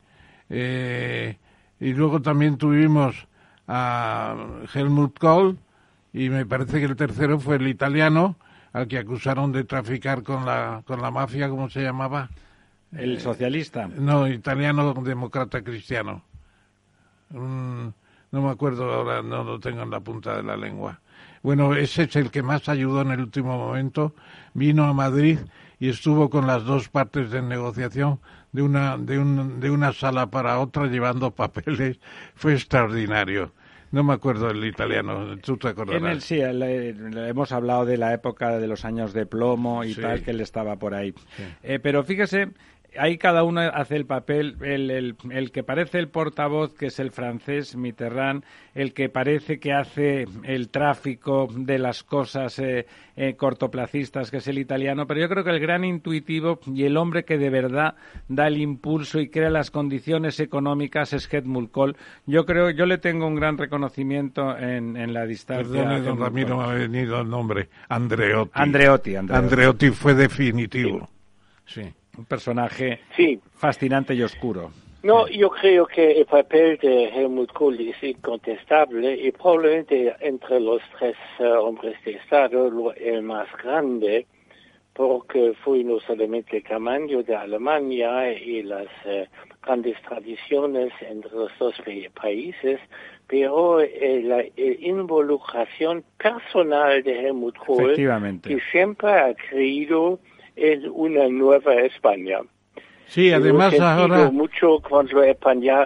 Y luego también tuvimos a Helmut Kohl, y me parece que el tercero fue el italiano, al que acusaron de traficar con la mafia, ¿cómo se llamaba? ¿El socialista? No, italiano demócrata cristiano. No me acuerdo ahora, no lo tengo en la punta de la lengua. Bueno, ese es el que más ayudó en el último momento. Vino a Madrid y estuvo con las 2 partes de negociación de una sala para otra llevando papeles. Fue extraordinario. No me acuerdo del italiano, tú te acordarás. Hemos hablado de la época de los años de plomo y tal, que él estaba por ahí. Sí. Pero fíjese, ahí cada uno hace el papel, el que parece el portavoz, que es el francés Mitterrand, el que parece que hace el tráfico de las cosas cortoplacistas, que es el italiano, pero yo creo que el gran intuitivo y el hombre que de verdad da el impulso y crea las condiciones económicas es Helmut Kohl. Yo le tengo un gran reconocimiento en la distancia. Perdone, don Ramiro, me ha venido el nombre. Andreotti. Andreotti fue definitivo. Sí. Un personaje Sí. fascinante y oscuro. No, yo creo que el papel de Helmut Kohl es incontestable y probablemente entre los tres hombres de Estado el más grande, porque fue no solamente el tamaño de Alemania y las grandes tradiciones entre los dos países, pero la involucración personal de Helmut Kohl, que siempre ha creído en una nueva España. Sí, además ahora mucho cuando lo he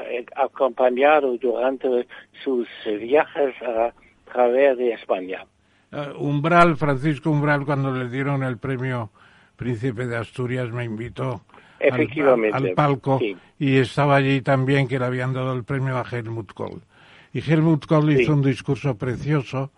acompañado durante sus viajes a través de España. Francisco Umbral, cuando le dieron el premio Príncipe de Asturias, me invitó al palco, sí. Y estaba allí también, que le habían dado el premio a Helmut Kohl. Y Helmut Kohl hizo un discurso precioso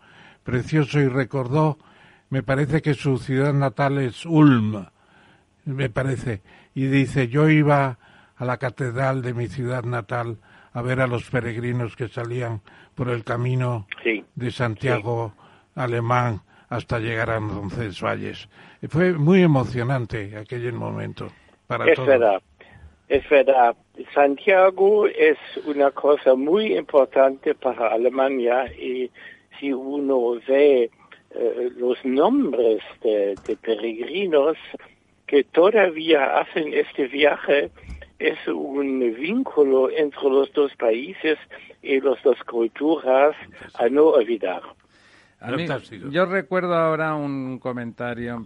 y recordó, me parece que su ciudad natal es Ulm, me parece, y dice, yo iba a la catedral de mi ciudad natal a ver a los peregrinos que salían por el camino de Santiago alemán hasta llegar a Roncesvalles. Fue muy emocionante aquel momento para todos. Es verdad. Santiago es una cosa muy importante para Alemania y si uno ve los nombres de peregrinos que todavía hacen este viaje, es un vínculo entre los dos países y las dos culturas a no olvidar. Yo recuerdo ahora un comentario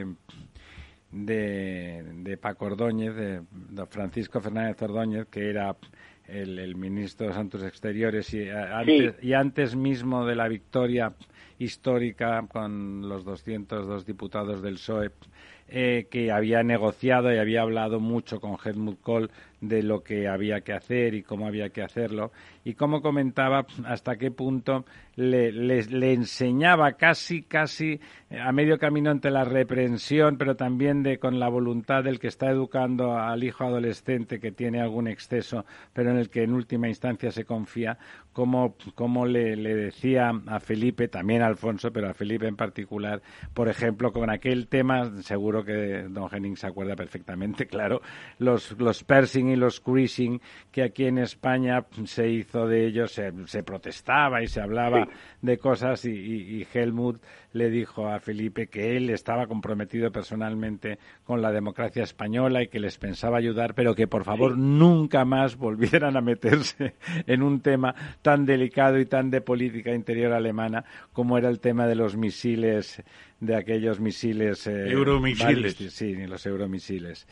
de Paco Ordóñez, de Francisco Fernández Ordóñez, que era el ministro de Asuntos Exteriores y antes mismo de la victoria histórica con los 202 diputados del PSOE, que había negociado y había hablado mucho con Helmut Kohl de lo que había que hacer y cómo había que hacerlo, y cómo comentaba hasta qué punto le enseñaba casi a medio camino entre la reprensión, pero también con la voluntad del que está educando al hijo adolescente que tiene algún exceso, pero en el que en última instancia se confía, cómo le decía a Felipe, también a Alfonso, pero a Felipe en particular, por ejemplo, con aquel tema, seguro que don Henning se acuerda perfectamente, claro, los piercing y los cruising, que aquí en España se hizo de ellos, se protestaba y se hablaba de cosas, y Helmut le dijo a Felipe que él estaba comprometido personalmente con la democracia española y que les pensaba ayudar, pero que por favor nunca más volvieran a meterse en un tema tan delicado y tan de política interior alemana como era el tema de los misiles, de aquellos misiles euromisiles. Sí, los euromisiles.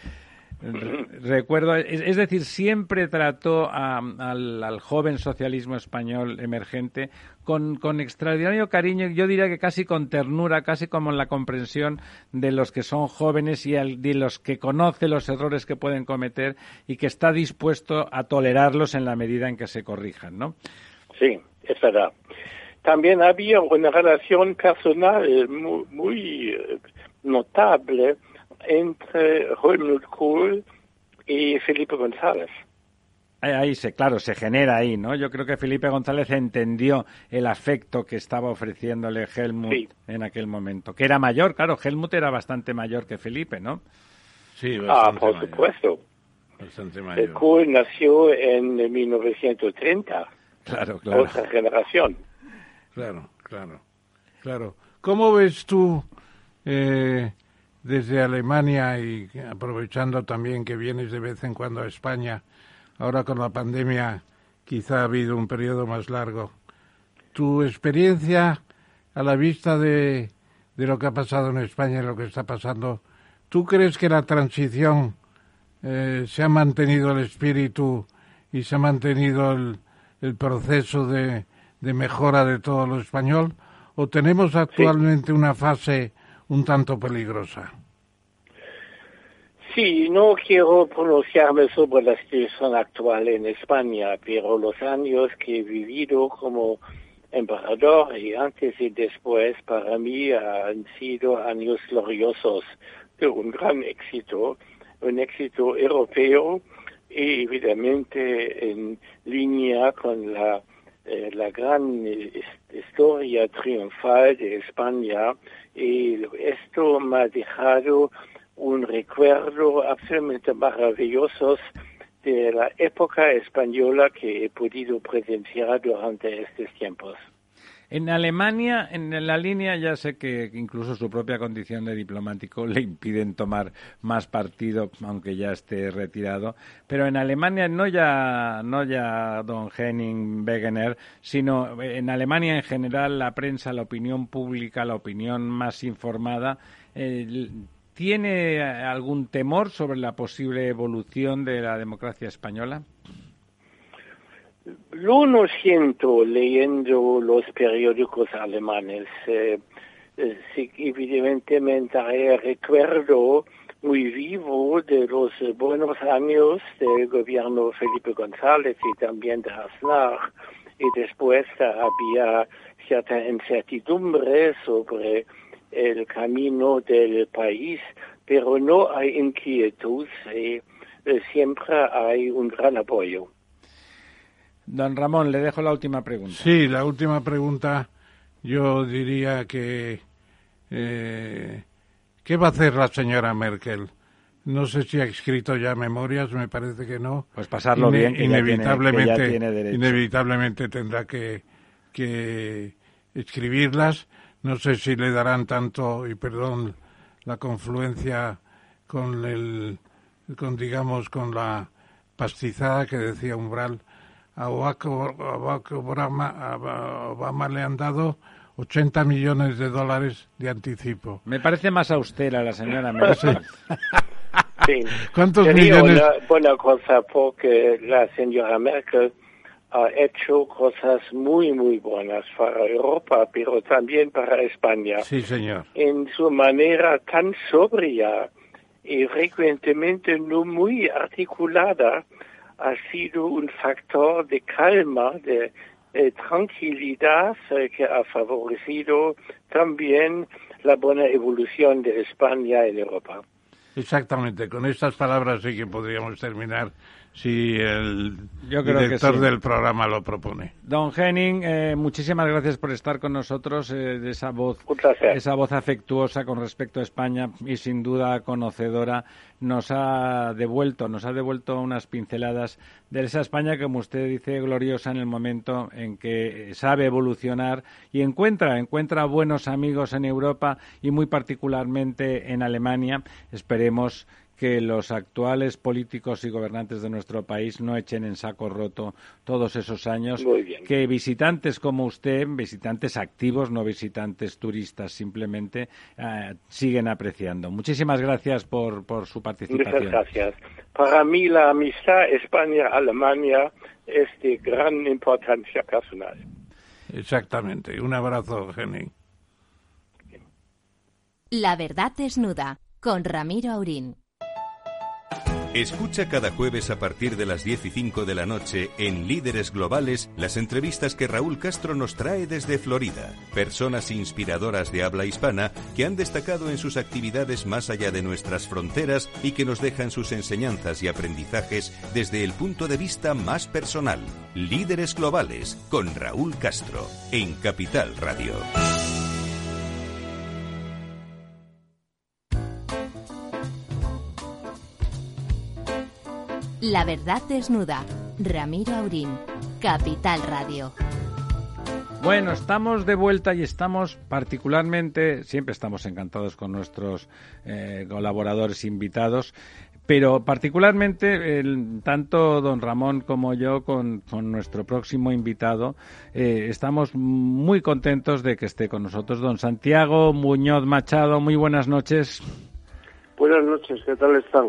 Recuerdo, es decir, siempre trató al joven socialismo español emergente con extraordinario cariño, yo diría que casi con ternura, casi como en la comprensión de los que son jóvenes y de los que conoce los errores que pueden cometer y que está dispuesto a tolerarlos en la medida en que se corrijan, ¿no? Sí, es verdad. También había una relación personal muy notable entre Helmut Kohl y Felipe González. Ahí se genera ahí, ¿no? Yo creo que Felipe González entendió el afecto que estaba ofreciéndole Helmut en aquel momento, que era mayor, claro, Helmut era bastante mayor que Felipe, ¿no? Sí, bastante por mayor. Supuesto. Bastante mayor. Kohl nació en 1930. Claro. Otra generación. Claro. ¿Cómo ves tú desde Alemania y aprovechando también que vienes de vez en cuando a España, ahora con la pandemia quizá ha habido un periodo más largo, tu experiencia a la vista de lo que ha pasado en España y lo que está pasando, ¿tú crees que la transición se ha mantenido el espíritu y se ha mantenido el proceso de mejora de todo lo español, o tenemos actualmente una fase un tanto peligrosa? Sí, no quiero pronunciarme sobre la situación actual en España, pero los años que he vivido como embajador y antes y después para mí han sido años gloriosos de un gran éxito, un éxito europeo y evidentemente en línea con la gran historia triunfal de España, y esto me ha dejado un recuerdo absolutamente maravilloso de la época española que he podido presenciar durante estos tiempos. En Alemania, en la línea, ya sé que incluso su propia condición de diplomático le impiden tomar más partido, aunque ya esté retirado. Pero en Alemania no ya don Henning Wegener, sino en Alemania en general, la prensa, la opinión pública, la opinión más informada, ¿tiene algún temor sobre la posible evolución de la democracia española? Lo no siento leyendo los periódicos alemanes. Sí, evidentemente recuerdo muy vivo de los buenos años del gobierno Felipe González y también de Aznar, y después había cierta incertidumbre sobre el camino del país, pero no hay inquietud y siempre hay un gran apoyo. Don Ramón, le dejo la última pregunta. Sí, la última pregunta, yo diría que ¿qué va a hacer la señora Merkel? No sé si ha escrito ya memorias, me parece que no. Pues pasarlo bien, que inevitablemente, ya tiene derecho. Inevitablemente tendrá que escribirlas. No sé si le darán tanto, y perdón, la confluencia con la pastizada que decía Umbral. A Obama le han dado $80 millones de anticipo. Me parece más austera la señora Merkel. Sí. ¿Cuántos Sería millones? una buena cosa porque la señora Merkel ha hecho cosas muy, muy buenas para Europa, pero también para España. Sí, señor. En su manera tan sobria y frecuentemente no muy articulada, ha sido un factor de calma, de tranquilidad que ha favorecido también la buena evolución de España en Europa. Exactamente, con estas palabras sí que podríamos terminar si el director del programa lo propone. Don Henning, muchísimas gracias por estar con nosotros, esa voz afectuosa con respecto a España y sin duda conocedora, nos ha devuelto unas pinceladas de esa España, como usted dice, gloriosa en el momento en que sabe evolucionar y encuentra buenos amigos en Europa y muy particularmente en Alemania. Esperemos que los actuales políticos y gobernantes de nuestro país no echen en saco roto todos esos años, que visitantes como usted, visitantes activos, no visitantes turistas simplemente, siguen apreciando. Muchísimas gracias por su participación. Muchas gracias. Para mí la amistad España-Alemania es de gran importancia personal. Exactamente. Un abrazo, Henning. La verdad desnuda, con Ramiro Aurín. Escucha cada jueves a partir de las 10:05 de la noche en Líderes Globales las entrevistas que Raúl Castro nos trae desde Florida. Personas inspiradoras de habla hispana que han destacado en sus actividades más allá de nuestras fronteras y que nos dejan sus enseñanzas y aprendizajes desde el punto de vista más personal. Líderes Globales con Raúl Castro en Capital Radio. La verdad desnuda. Ramiro Aurín, Capital Radio. Bueno, estamos de vuelta y estamos particularmente, siempre estamos encantados con nuestros colaboradores invitados, pero particularmente tanto don Ramón como yo con nuestro próximo invitado estamos muy contentos de que esté con nosotros don Santiago Muñoz Machado. Muy buenas noches. Buenas noches, ¿qué tal estamos?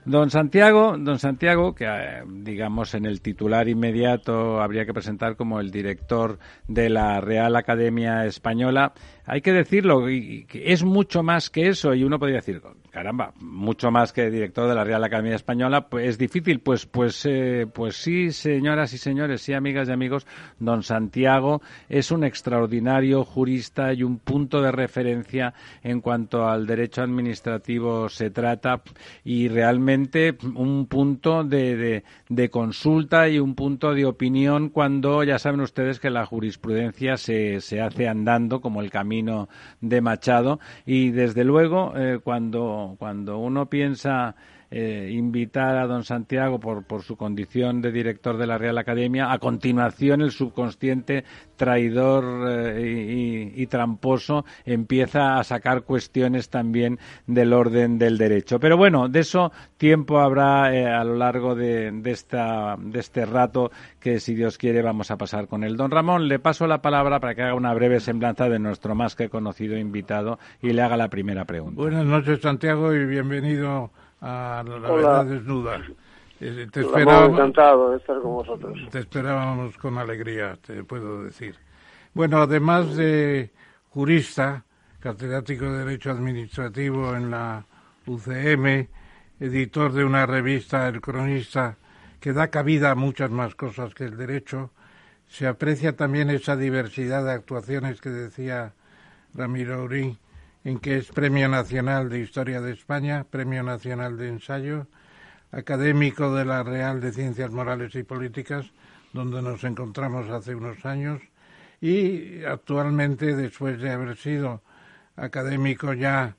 Don Santiago, que digamos en el titular inmediato habría que presentar como el director de la Real Academia Española, hay que decirlo, y que es mucho más que eso, y uno podría decir, caramba, mucho más que director de la Real Academia Española, pues es difícil, pues sí, señoras y señores, sí, amigas y amigos, don Santiago es un extraordinario jurista y un punto de referencia en cuanto al derecho administrativo se trata, y realmente un punto de consulta y un punto de opinión cuando ya saben ustedes que la jurisprudencia se hace andando como el camino de Machado, y desde luego cuando uno piensa invitar a don Santiago por su condición de director de la Real Academia, a continuación el subconsciente traidor y tramposo empieza a sacar cuestiones también del orden del derecho. Pero bueno, de eso tiempo habrá a lo largo de este rato que, si Dios quiere, vamos a pasar con él. Don Ramón, le paso la palabra para que haga una breve semblanza de nuestro más que conocido invitado y le haga la primera pregunta. Buenas noches, Santiago, y bienvenido a La Verdad Desnuda. Encantado de estar con vosotros. Te esperábamos con alegría, te puedo decir. Bueno, además de jurista, catedrático de Derecho Administrativo en la UCM, editor de una revista, El Cronista, que da cabida a muchas más cosas que el derecho, se aprecia también esa diversidad de actuaciones que decía Ramiro Aurín, en que es Premio Nacional de Historia de España, Premio Nacional de Ensayo, académico de la Real de Ciencias Morales y Políticas, donde nos encontramos hace unos años, y actualmente, después de haber sido académico ya,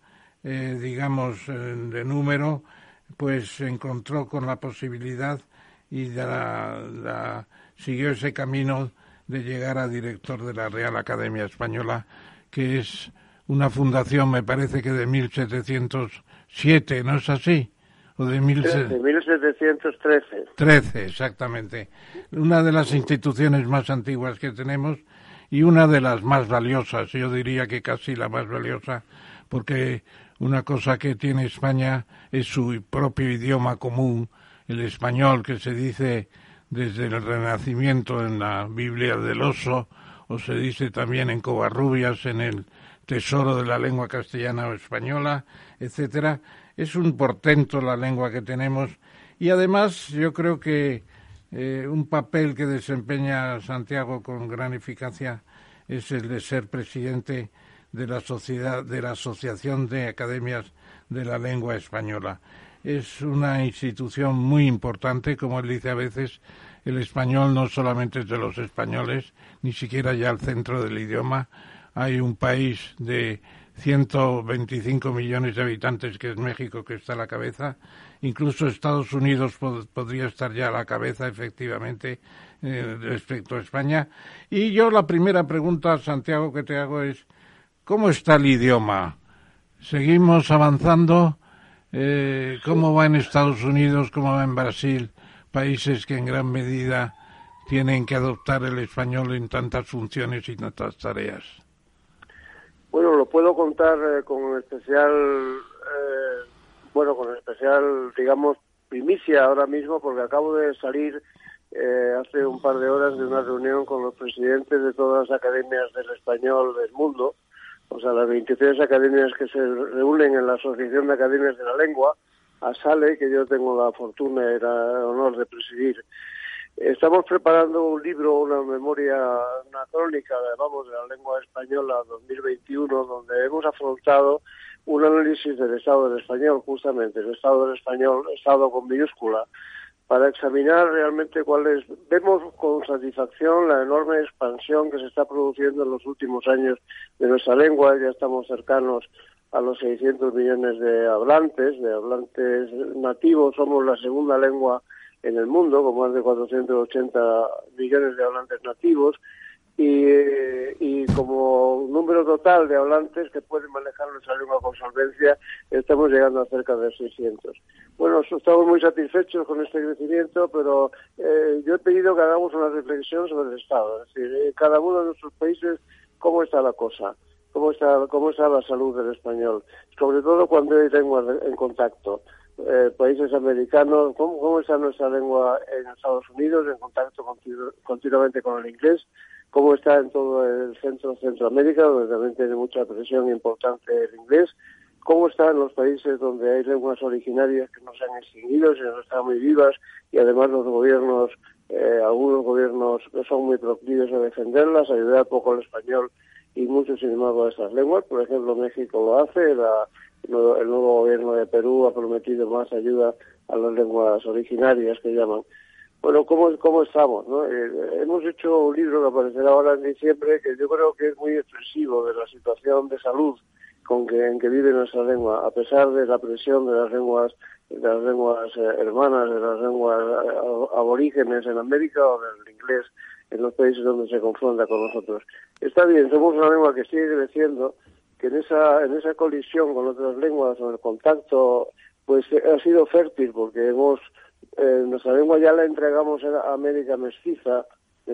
de número, pues se encontró con la posibilidad y siguió ese camino de llegar a director de la Real Academia Española, que es una fundación, me parece que de 1707, ¿no es así? O de 1713. 13, exactamente. Una de las instituciones más antiguas que tenemos y una de las más valiosas, yo diría que casi la más valiosa, porque una cosa que tiene España es su propio idioma común, el español, que se dice desde el Renacimiento en la Biblia del Oso, o se dice también en Covarrubias, en el Tesoro de la Lengua Castellana o Española, etcétera. Es un portento la lengua que tenemos, y además yo creo que un papel que desempeña Santiago con gran eficacia es el de ser presidente de la Asociación de Academias de la Lengua Española. Es una institución muy importante, como él dice a veces, el español no solamente es de los españoles, ni siquiera ya el centro del idioma. Hay un país de 125 millones de habitantes, que es México, que está a la cabeza. Incluso Estados Unidos podría estar ya a la cabeza, efectivamente, respecto a España. Y yo la primera pregunta, Santiago, que te hago es, ¿cómo está el idioma? ¿Seguimos avanzando? ¿Cómo va en Estados Unidos? ¿Cómo va en Brasil? Países que en gran medida tienen que adoptar el español en tantas funciones y tantas tareas. Bueno, lo puedo contar con especial, digamos, primicia ahora mismo, porque acabo de salir hace un par de horas de una reunión con los presidentes de todas las academias del español del mundo, o sea, las 23 academias que se reúnen en la Asociación de Academias de la Lengua, ASALE, que yo tengo la fortuna y el honor de presidir. Estamos preparando un libro, una memoria, una crónica, de la lengua española 2021, donde hemos afrontado un análisis del estado del español, justamente, el estado del español, estado con minúscula, para examinar realmente vemos con satisfacción la enorme expansión que se está produciendo en los últimos años de nuestra lengua. Ya estamos cercanos a los 600 millones de hablantes nativos. Somos la segunda lengua en el mundo, con más de 480 millones de hablantes nativos, y como número total de hablantes que pueden manejar nuestra lengua con solvencia, estamos llegando a cerca de 600. Bueno, estamos muy satisfechos con este crecimiento, pero yo he pedido que hagamos una reflexión sobre el Estado, es decir, en cada uno de nuestros países, cómo está la cosa, cómo está la salud del español, sobre todo cuando hay lenguas en contacto. países americanos, cómo está nuestra lengua en Estados Unidos, en contacto continuamente con el inglés, cómo está en todo el Centroamérica, donde también tiene mucha presión importante el inglés, cómo está en los países donde hay lenguas originarias que no se han extinguido, sino que están muy vivas, y además los gobiernos, algunos gobiernos son muy proclives a defenderlas, a ayudar poco al español y mucho, sin embargo, a estas lenguas. Por ejemplo, México lo hace, el nuevo gobierno de Perú ha prometido más ayuda a las lenguas originarias, que llaman. Bueno, ¿cómo estamos, ¿no? Hemos hecho un libro que aparecerá ahora en diciembre, que yo creo que es muy expresivo de la situación de salud en que vive nuestra lengua, a pesar de la presión de las lenguas hermanas, de las lenguas aborígenes en América, o del inglés en los países donde se confronta con nosotros. Está bien, somos una lengua que sigue creciendo, que en esa colisión con otras lenguas, o en el contacto, pues ha sido fértil, porque nuestra lengua ya la entregamos a América mestiza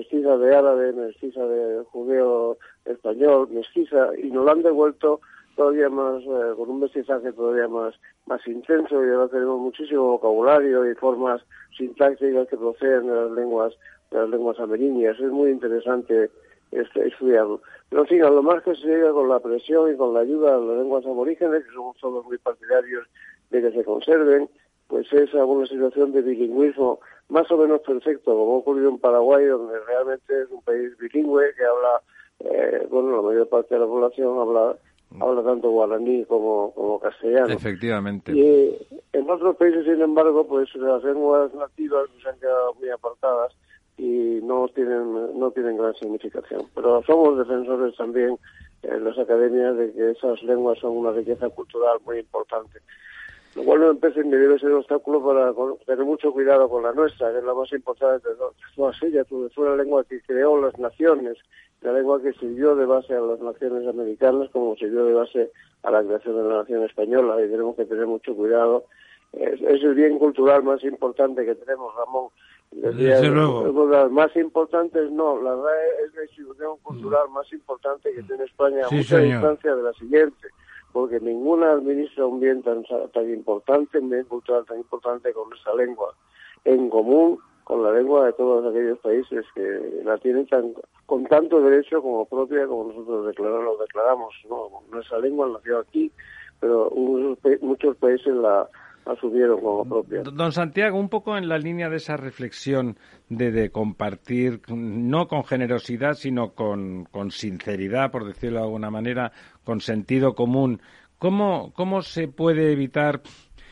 de árabe, mestiza de judeo español, mestiza, y nos la han devuelto todavía más, con un mestizaje todavía más intenso, y ahora tenemos muchísimo vocabulario y formas sintácticas que proceden de las lenguas amerindias. Es muy interesante estudiarlo. Pero en fin, a lo más que se llega con la presión y con la ayuda de las lenguas aborígenes, que somos todos muy partidarios de que se conserven, pues es alguna situación de bilingüismo más o menos perfecto, como ha ocurrido en Paraguay, donde realmente es un país bilingüe que habla, la mayor parte de la población habla tanto guaraní como castellano. Efectivamente. Y en otros países, sin embargo, pues las lenguas nativas se han quedado muy apartadas y no tienen gran significación. Pero somos defensores también en las academias de que esas lenguas son una riqueza cultural muy importante. Lo cual no empecé ni debe ser un obstáculo para tener mucho cuidado con la nuestra, que es la más importante de todas ellas, porque fue la lengua que creó las naciones, la lengua que sirvió de base a las naciones americanas, como sirvió de base a la creación de la nación española, y tenemos que tener mucho cuidado. Es el bien cultural más importante que tenemos, Ramón. Desde luego. Las más importantes no, la RAE es la institución cultural más importante que tiene España, a mucha distancia de la siguiente, porque ninguna administra un bien tan importante, un bien cultural tan importante con nuestra lengua, en común con la lengua de todos aquellos países que la tienen con tanto derecho como propia, como nosotros lo declaramos, ¿no? Nuestra lengua nació aquí, pero muchos países la asumieron como propia. Don Santiago, un poco en la línea de esa reflexión de compartir, no con generosidad, sino con sinceridad, por decirlo de alguna manera, con sentido común. ¿Cómo se puede evitar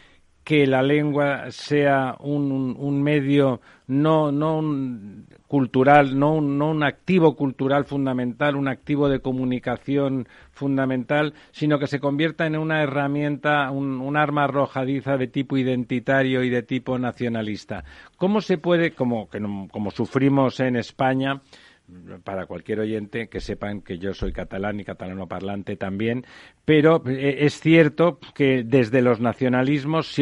que la lengua sea un medio no cultural, no un activo cultural fundamental, un activo de comunicación fundamental, sino que se convierta en una herramienta, un arma arrojadiza de tipo identitario y de tipo nacionalista? ¿Cómo se puede, como sufrimos en España? Para cualquier oyente, que sepan que yo soy catalán y catalano parlante también, pero es cierto que desde los nacionalismos se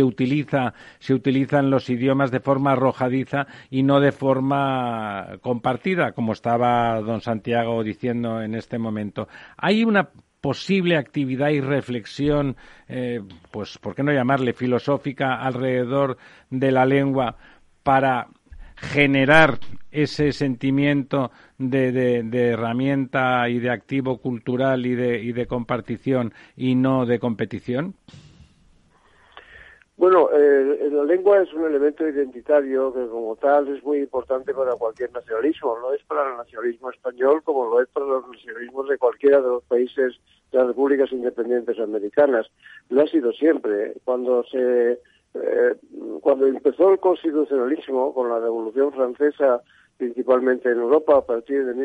utilizan los idiomas de forma arrojadiza y no de forma compartida, como estaba don Santiago diciendo en este momento. Hay una posible actividad y reflexión, pues, ¿por qué no llamarle filosófica, alrededor de la lengua para generar ese sentimiento de herramienta y de activo cultural y de compartición y no de competición? Bueno, la lengua es un elemento identitario que como tal es muy importante para cualquier nacionalismo. Lo es para el nacionalismo español como lo es para los nacionalismos de cualquiera de los países de las repúblicas independientes americanas. Lo ha sido siempre. Cuando empezó el constitucionalismo con la Revolución Francesa, principalmente en Europa, a partir de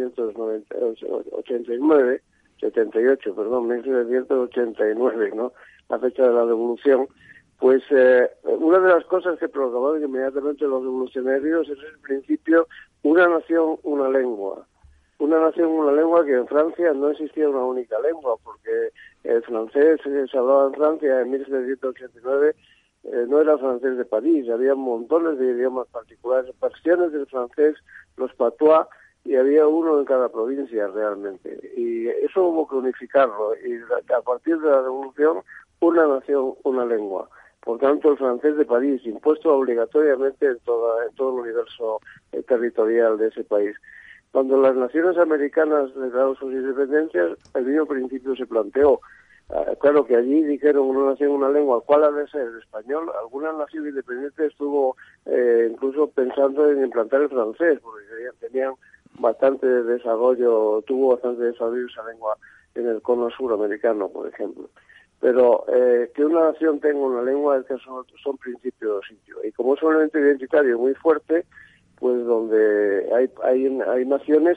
1789, ¿no? La fecha de la Revolución, pues una de las cosas que proclamaron inmediatamente los revolucionarios es el principio una nación, una lengua. Una nación, una lengua, que en Francia no existía una única lengua, porque el francés que se hablaba en Francia en 1789 no era francés de París, había montones de idiomas particulares, versiones del francés, los patois, y había uno en cada provincia realmente. Y eso hubo que unificarlo, y a partir de la Revolución, una nación, una lengua. Por tanto, el francés de París, impuesto obligatoriamente en todo el universo territorial de ese país. Cuando las naciones americanas declararon sus independencias, el mismo principio se planteó. Claro que allí dijeron una nación, una lengua, ¿cuál ha de ser? El español. Alguna nación independiente estuvo incluso pensando en implantar el francés, porque tenían bastante desarrollo, tuvo bastante desarrollo esa lengua en el cono suramericano, por ejemplo. Pero que una nación tenga una lengua es que son principios de sitio. Y como es un elemento identitario muy fuerte, pues donde hay naciones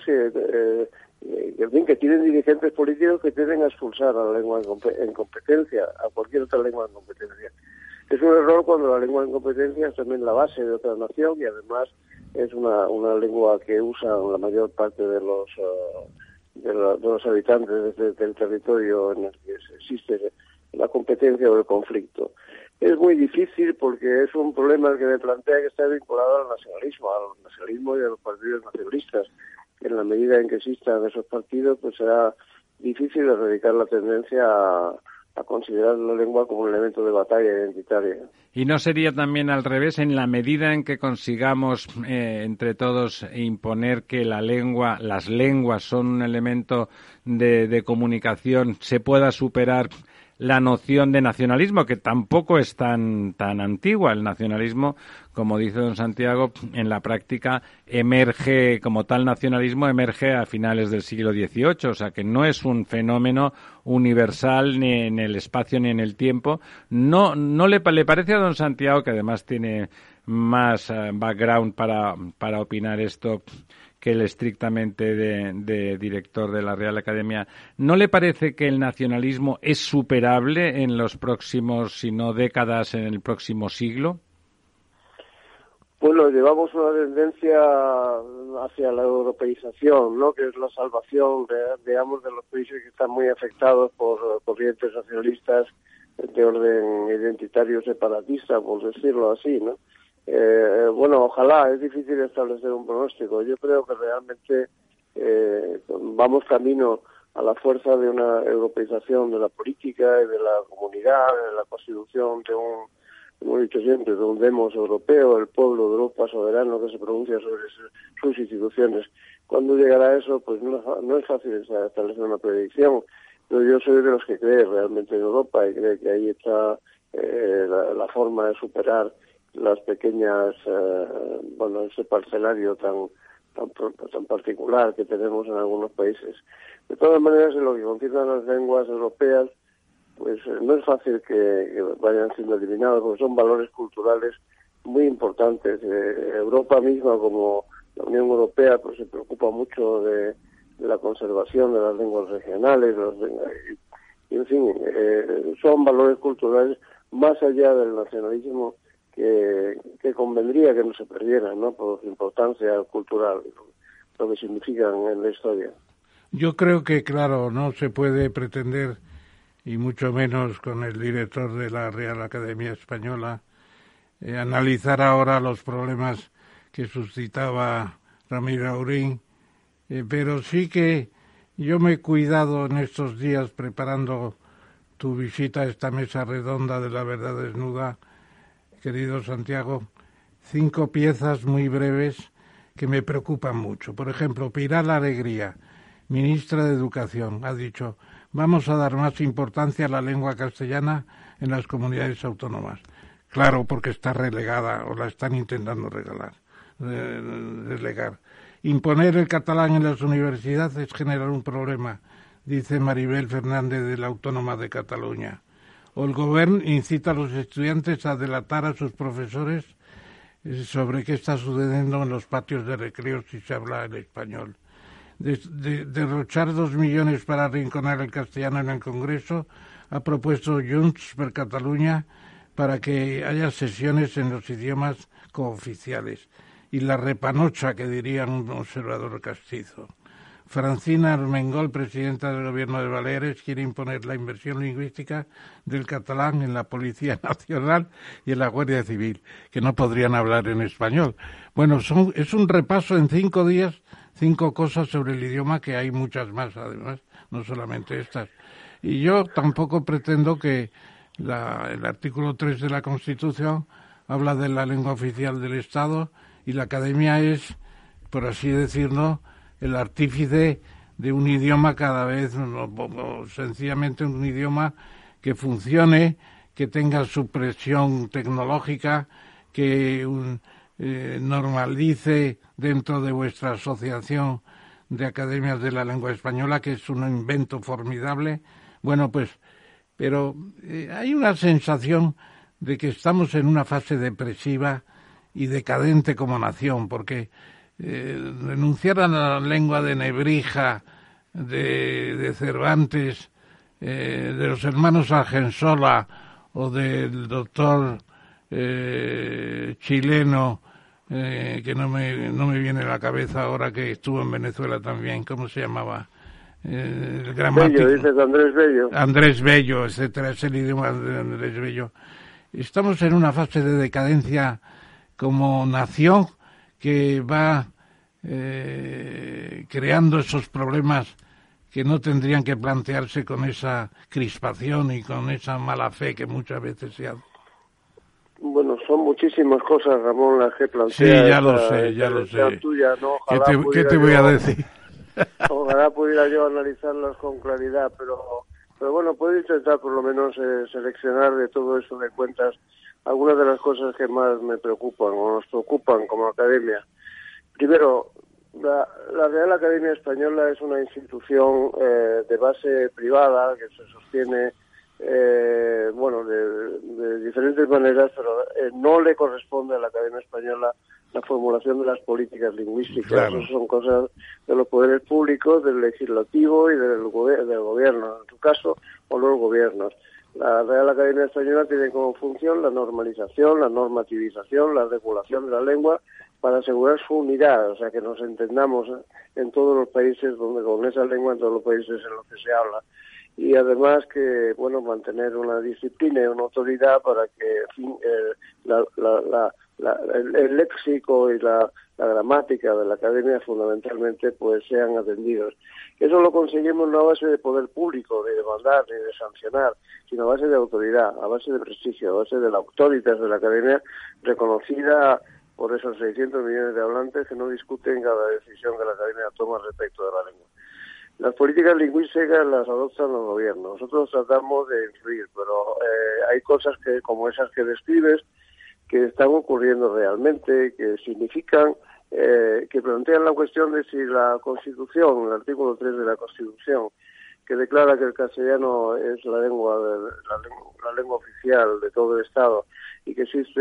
que tienen dirigentes políticos que tienden a expulsar a la lengua en competencia, a cualquier otra lengua en competencia. Es un error cuando la lengua en competencia es también la base de otra nación y además es una lengua que usan la mayor parte de los habitantes del territorio en el que existe la competencia o el conflicto. Es muy difícil porque es un problema que me plantea que está vinculado al nacionalismo y a los partidos nacionalistas. En la medida en que existan esos partidos, pues será difícil erradicar la tendencia a considerar la lengua como un elemento de batalla identitaria. ¿Y no sería también al revés, en la medida en que consigamos entre todos imponer que las lenguas son un elemento de comunicación, se pueda superar la noción de nacionalismo, que tampoco es tan antigua? El nacionalismo, como dice don Santiago, en la práctica emerge, como tal nacionalismo, emerge a finales del siglo XVIII, o sea que no es un fenómeno universal ni en el espacio ni en el tiempo. No le parece a don Santiago, que además tiene más background para opinar esto que el estrictamente de director de la Real Academia, ¿no le parece que el nacionalismo es superable en los próximos, si no décadas, en el próximo siglo? Bueno, llevamos una tendencia hacia la europeización, ¿no? Que es la salvación, digamos, de los países que están muy afectados por corrientes nacionalistas de orden identitario separatista, por decirlo así, ¿no? Bueno, ojalá, es difícil establecer un pronóstico. Yo creo que realmente vamos camino a la fuerza de una europeización de la política y de la comunidad, de la constitución de como he dicho siempre, de un demos europeo, el pueblo de Europa soberano que se pronuncia sobre sus instituciones. ¿Cuándo llegará eso? Pues no es fácil establecer una predicción, pero yo soy de los que cree realmente en Europa y cree que ahí está la forma de superar las pequeñas, ese parcelario tan particular que tenemos en algunos países. De todas maneras, en lo que concierne a las lenguas europeas, pues no es fácil que vayan siendo eliminados, porque son valores culturales muy importantes. Europa misma, como la Unión Europea, pues se preocupa mucho de la conservación de las lenguas regionales, y en fin, son valores culturales más allá del nacionalismo que convendría que no se perdieran, ¿no? Por su importancia cultural, lo que significan en la historia. Yo creo que, claro, no se puede pretender, y mucho menos con el director de la Real Academia Española, analizar ahora los problemas que suscitaba Ramiro Aurín, pero sí que yo me he cuidado en estos días preparando tu visita a esta mesa redonda de la verdad desnuda, querido Santiago, 5 piezas muy breves que me preocupan mucho. Por ejemplo, Pilar Alegría, ministra de Educación, ha dicho: vamos a dar más importancia a la lengua castellana en las comunidades autónomas. Claro, porque está relegada, o la están intentando relegar. Imponer el catalán en las universidades es generar un problema, dice Maribel Fernández de la Autónoma de Cataluña. O el Govern incita a los estudiantes a delatar a sus profesores sobre qué está sucediendo en los patios de recreo si se habla el español. Derrochar 2 millones para arrinconar el castellano en el Congreso ha propuesto Junts per Catalunya para que haya sesiones en los idiomas cooficiales. Y la repanocha, que diría un observador castizo. Francina Armengol, presidenta del Gobierno de Baleares, quiere imponer la inversión lingüística del catalán en la Policía Nacional y en la Guardia Civil, que no podrían hablar en español. Bueno, es un repaso en 5 días, 5 cosas sobre el idioma, que hay muchas más además, no solamente estas. Y yo tampoco pretendo que el artículo 3 de la Constitución habla de la lengua oficial del Estado y la Academia es, por así decirlo, el artífice de un idioma cada vez, o sencillamente un idioma que funcione, que tenga su presión tecnológica, que normalice dentro de vuestra asociación de academias de la lengua española, que es un invento formidable. Bueno, pues, pero hay una sensación de que estamos en una fase depresiva y decadente como nación, porque renunciar a la lengua de Nebrija, de Cervantes, de los hermanos Argensola o del doctor chileno, que no me viene a la cabeza ahora, que estuvo en Venezuela también, ¿cómo se llamaba? El gramático. Bello, dices Andrés Bello. Andrés Bello, etcétera, es el idioma de Andrés Bello. Estamos en una fase de decadencia como nación que va creando esos problemas que no tendrían que plantearse con esa crispación y con esa mala fe que muchas veces se hace. Bueno, son muchísimas cosas, Ramón, las que plantea. Sí, ya lo sé. Tuya, ¿no? ¿Qué te voy a decir? Ojalá pudiera yo analizarlas con claridad, pero bueno, puedo intentar por lo menos seleccionar de todo eso que cuentas algunas de las cosas que más me preocupan o nos preocupan como academia. Primero, la Real Academia Española es una institución de base privada que se sostiene de diferentes maneras, pero no le corresponde a la Academia Española la formulación de las políticas lingüísticas. Claro. Eso son cosas de los poderes públicos, del legislativo y del gobierno, en tu caso, o los gobiernos. La Real Academia Española tiene como función la normalización, la normativización, la regulación de la lengua para asegurar su unidad, o sea, que nos entendamos en todos los países donde con esa lengua, en todos los países en los que se habla. Y además que, mantener una disciplina y una autoridad para que, en fin, el léxico y la gramática de la academia fundamentalmente pues sean atendidos. Eso lo conseguimos no a base de poder público, de demandar ni de sancionar, sino a base de autoridad, a base de prestigio, a base de la autoritas de la academia reconocida por esos 600 millones de hablantes que no discuten cada decisión que la academia toma respecto de la lengua. Las políticas lingüísticas las adoptan los gobiernos. Nosotros tratamos de influir, pero hay cosas como esas que describes, que están ocurriendo realmente, que significan, que plantean la cuestión de si la Constitución, el artículo 3 de la Constitución, que declara que el castellano es la lengua oficial de todo el Estado y que existe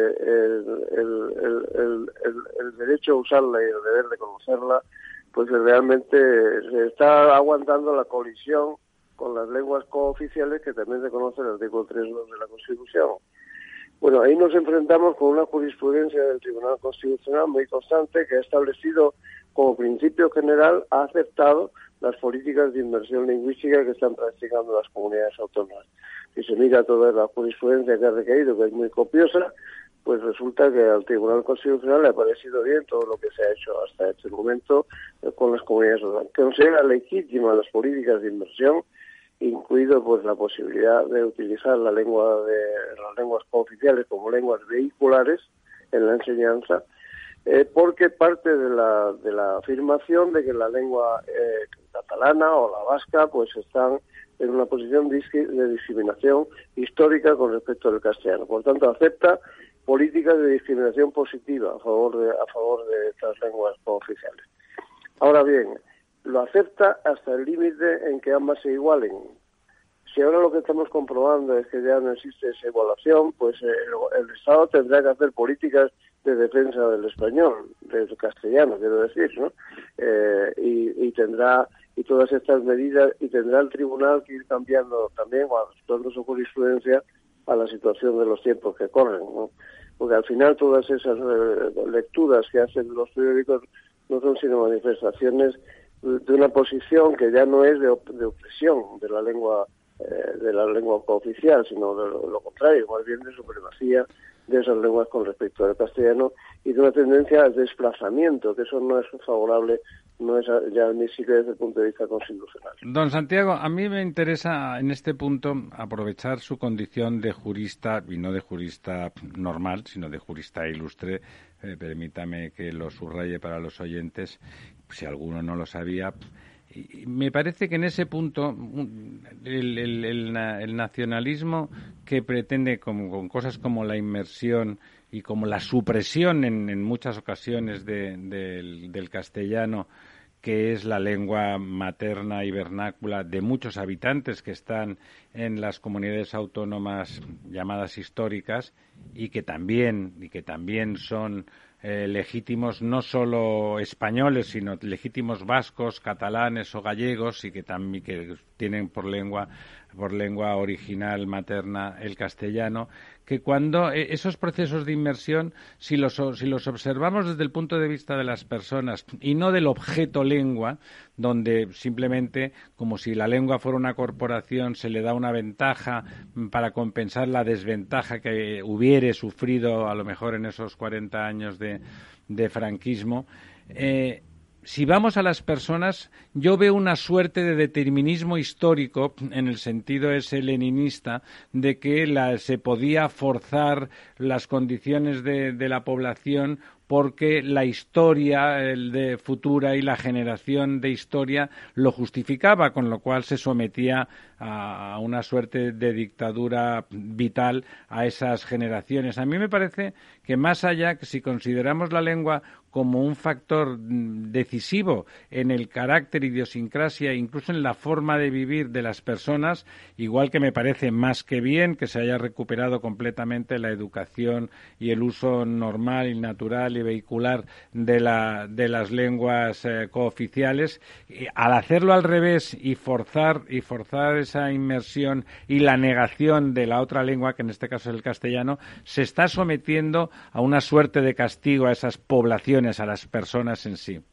el derecho a usarla y el deber de conocerla, pues realmente se está aguantando la colisión con las lenguas cooficiales que también se conoce el artículo 3.2 de la Constitución. Bueno, ahí nos enfrentamos con una jurisprudencia del Tribunal Constitucional muy constante que ha establecido como principio general, ha aceptado las políticas de inmersión lingüística que están practicando las comunidades autónomas. Si se mira toda la jurisprudencia que ha recaído, que es muy copiosa, pues resulta que al Tribunal Constitucional le ha parecido bien todo lo que se ha hecho hasta este momento con las comunidades autónomas. Considera legítimas las políticas de inmersión, incluido pues la posibilidad de utilizar las lenguas cooficiales como lenguas vehiculares en la enseñanza, porque parte de la afirmación de que la lengua catalana o la vasca pues están en una posición de discriminación histórica con respecto al castellano. Por tanto, acepta políticas de discriminación positiva a favor de estas lenguas cooficiales. Ahora bien, lo acepta hasta el límite en que ambas se igualen. Si ahora lo que estamos comprobando es que ya no existe esa igualación, pues el Estado tendrá que hacer políticas de defensa del español, del castellano, quiero decir, ¿no? Y tendrá todas estas medidas, y tendrá el tribunal que ir cambiando también, o adaptando su jurisprudencia a la situación de los tiempos que corren, ¿no? Porque al final todas esas lecturas que hacen los periódicos no son sino manifestaciones de una posición que ya no es de opresión de la lengua de la lengua cooficial, sino de lo contrario, más bien de supremacía de esas lenguas con respecto al castellano y de una tendencia al desplazamiento, que eso no es favorable, no es ya ni siquiera desde el punto de vista constitucional. Don Santiago, a mí me interesa en este punto aprovechar su condición de jurista, y no de jurista normal, sino de jurista ilustre. Permítame que lo subraye para los oyentes, si alguno no lo sabía. Y me parece que en ese punto el nacionalismo que pretende con cosas como la inmersión y como la supresión en muchas ocasiones del castellano, que es la lengua materna y vernácula de muchos habitantes que están en las comunidades autónomas llamadas históricas y que también son legítimos no solo españoles, sino legítimos vascos, catalanes o gallegos y que también que tienen por lengua original materna el castellano, que cuando esos procesos de inmersión, si los observamos desde el punto de vista de las personas y no del objeto lengua, donde simplemente, como si la lengua fuera una corporación, se le da una ventaja para compensar la desventaja que hubiere sufrido a lo mejor en esos 40 años de franquismo, si vamos a las personas, yo veo una suerte de determinismo histórico, en el sentido ese leninista, de que se podía forzar las condiciones de la población porque la historia de futura y la generación de historia lo justificaba, con lo cual se sometía a una suerte de dictadura vital a esas generaciones. A mí me parece que más allá, que si consideramos la lengua como un factor decisivo en el carácter, idiosincrasia, incluso en la forma de vivir de las personas, igual que me parece más que bien que se haya recuperado completamente la educación y el uso normal y natural y vehicular de las lenguas cooficiales, al hacerlo al revés y forzar esa inmersión y la negación de la otra lengua, que en este caso es el castellano, se está sometiendo a una suerte de castigo a esas poblaciones, a las personas en sí.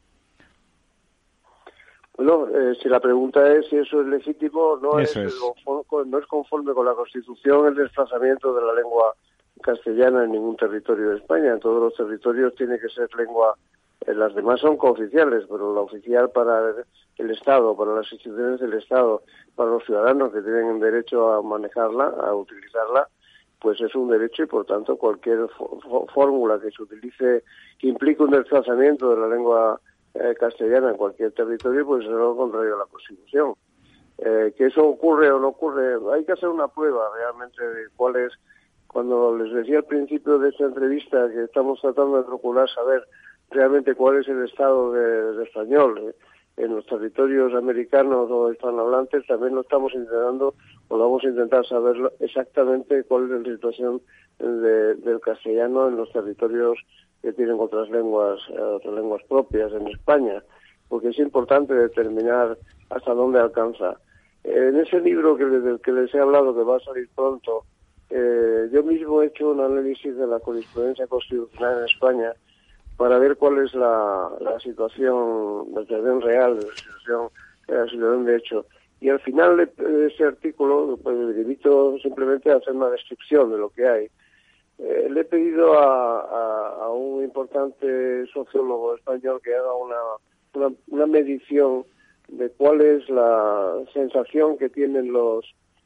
Bueno, si la pregunta es si eso es legítimo, no es conforme con la Constitución el desplazamiento de la lengua castellana en ningún territorio de España. En todos los territorios tiene que ser lengua, las demás son cooficiales, pero la oficial para el Estado, para las instituciones del Estado, para los ciudadanos que tienen derecho a manejarla, a utilizarla, pues es un derecho y por tanto cualquier fórmula que se utilice que implique un desplazamiento de la lengua castellana en cualquier territorio, pues es lo contrario a la Constitución. Que eso ocurre o no ocurre, hay que hacer una prueba realmente de cuál es. Cuando les decía al principio de esta entrevista que estamos tratando de procurar saber realmente cuál es el estado de español en los territorios americanos o hispanohablantes, también lo estamos intentando, o lo vamos a intentar saber exactamente cuál es la situación del castellano en los territorios que tienen otras lenguas propias en España, porque es importante determinar hasta dónde alcanza. En ese libro del que les he hablado, que va a salir pronto, yo mismo he hecho un análisis de la jurisprudencia constitucional en España para ver cuál es la situación de orden real, la situación de hecho. Y al final de ese artículo, pues le invito simplemente a hacer una descripción de lo que hay. Le he pedido a un importante sociólogo español que haga una medición de cuál es la sensación que tienen los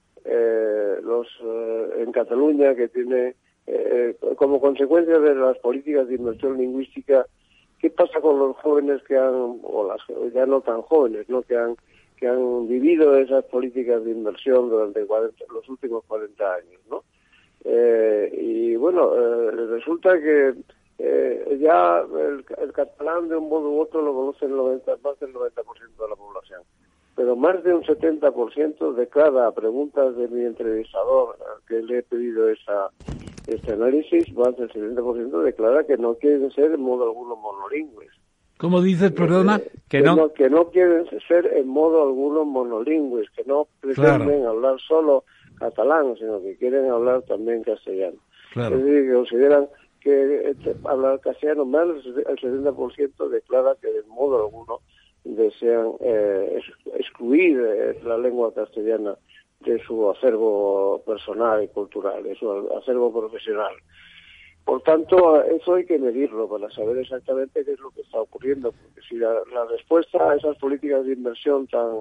en Cataluña, que tiene como consecuencia de las políticas de inmersión lingüística, qué pasa con los jóvenes ya no tan jóvenes, ¿no? que han vivido esas políticas de inmersión durante los últimos 40 años, ¿no? Y bueno, resulta que ya el catalán de un modo u otro lo conoce más del 90% de la población. Pero más de un 70% declara, a preguntas de mi entrevistador, que le he pedido este análisis, más del 70% declara que no quieren ser en modo alguno monolingües. ¿Cómo dices, perdona? Que no quieren ser en modo alguno monolingües, que no pretenden hablar solo catalán, sino que quieren hablar también castellano. Claro. Es decir, que consideran que hablar castellano, más del 70% declara que de modo alguno desean excluir la lengua castellana de su acervo personal y cultural, de su acervo profesional. Por tanto, eso hay que medirlo para saber exactamente qué es lo que está ocurriendo, porque si la respuesta a esas políticas de inversión tan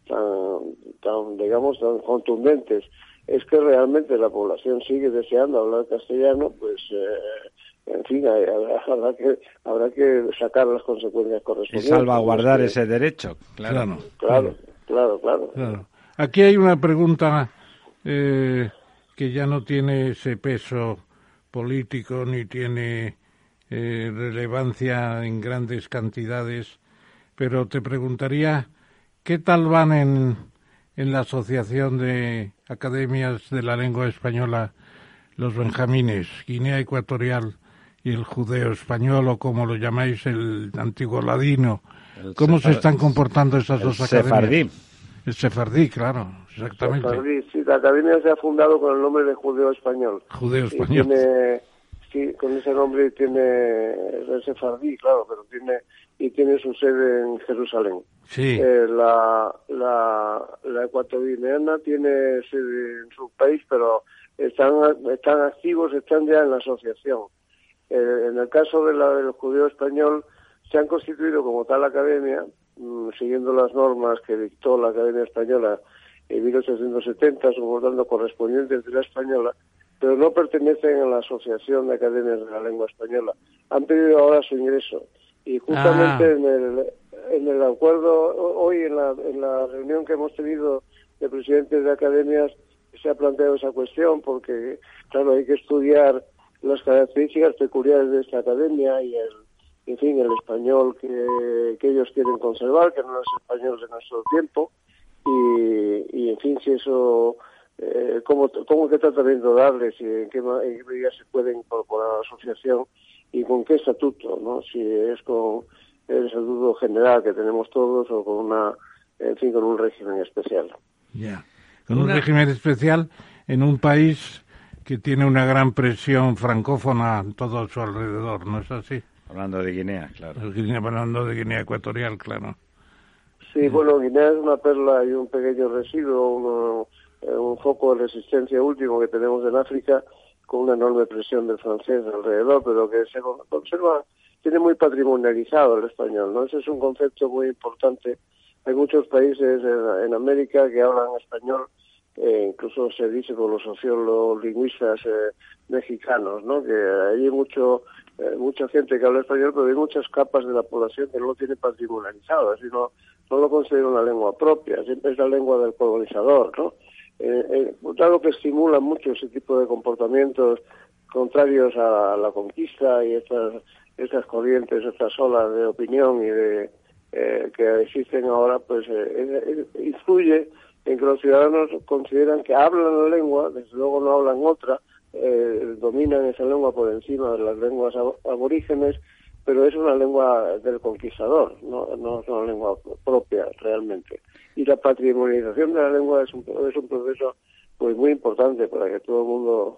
contundentes es que realmente la población sigue deseando hablar castellano, pues en fin, habrá que sacar las consecuencias correspondientes. Y salvaguardar ese derecho, claro. Claro. Aquí hay una pregunta que ya no tiene ese peso político ni tiene relevancia en grandes cantidades, pero te preguntaría, ¿qué tal van en la Asociación de Academias de la Lengua Española los benjamines, Guinea Ecuatorial y el judeo español, o como lo llamáis, el antiguo ladino? ¿Cómo se están comportando esas dos academias? El sefardí, claro, exactamente. Sefardí, sí, la academia se ha fundado con el nombre de Judeo Español. Judeo Español. Con ese nombre tiene el sefardí, claro, pero tiene su sede en Jerusalén. Sí. La ecuatoriana tiene sede en su país, pero están activos, están ya en la asociación. En el caso del Judeo Español, se han constituido como tal academia, siguiendo las normas que dictó la Academia Española en 1870, soportando correspondientes de la española, pero no pertenecen a la Asociación de Academias de la Lengua Española. Han pedido ahora su ingreso. Y justamente en el acuerdo, hoy en la reunión que hemos tenido de presidentes de academias, se ha planteado esa cuestión, porque, claro, hay que estudiar las características peculiares de esta academia y el español que ellos quieren conservar, que no es español de nuestro tiempo, y en fin, si eso, qué tratamiento darles y en qué medida se puede incorporar a la asociación y con qué estatuto, ¿no? Si es con el estatuto general que tenemos todos o con con un régimen especial. Ya, con un régimen especial en un país que tiene una gran presión francófona todo a su alrededor, ¿no es así? Hablando de Guinea, claro. Hablando de Guinea Ecuatorial, claro. Sí, bueno, Guinea es una perla y un pequeño residuo, un foco de resistencia último que tenemos en África, con una enorme presión del francés alrededor, pero que se conserva, tiene muy patrimonializado el español, ¿no? Ese es un concepto muy importante. Hay muchos países en América que hablan español, incluso se dice por los sociólogos lingüistas mexicanos, ¿no? Que hay mucha gente que habla español, pero hay muchas capas de la población que no lo tiene patrimonializado, es decir, no lo considera una lengua propia, siempre es la lengua del colonizador, ¿no? Algo que estimula mucho ese tipo de comportamientos contrarios a la conquista y estas corrientes, estas olas de opinión y que existen ahora, pues influye en que los ciudadanos consideran que hablan la lengua, desde luego no hablan otra, dominan esa lengua por encima de las lenguas aborígenes, pero es una lengua del conquistador, no es una lengua propia realmente. Y la patrimonialización de la lengua es un proceso pues muy importante para que todo el mundo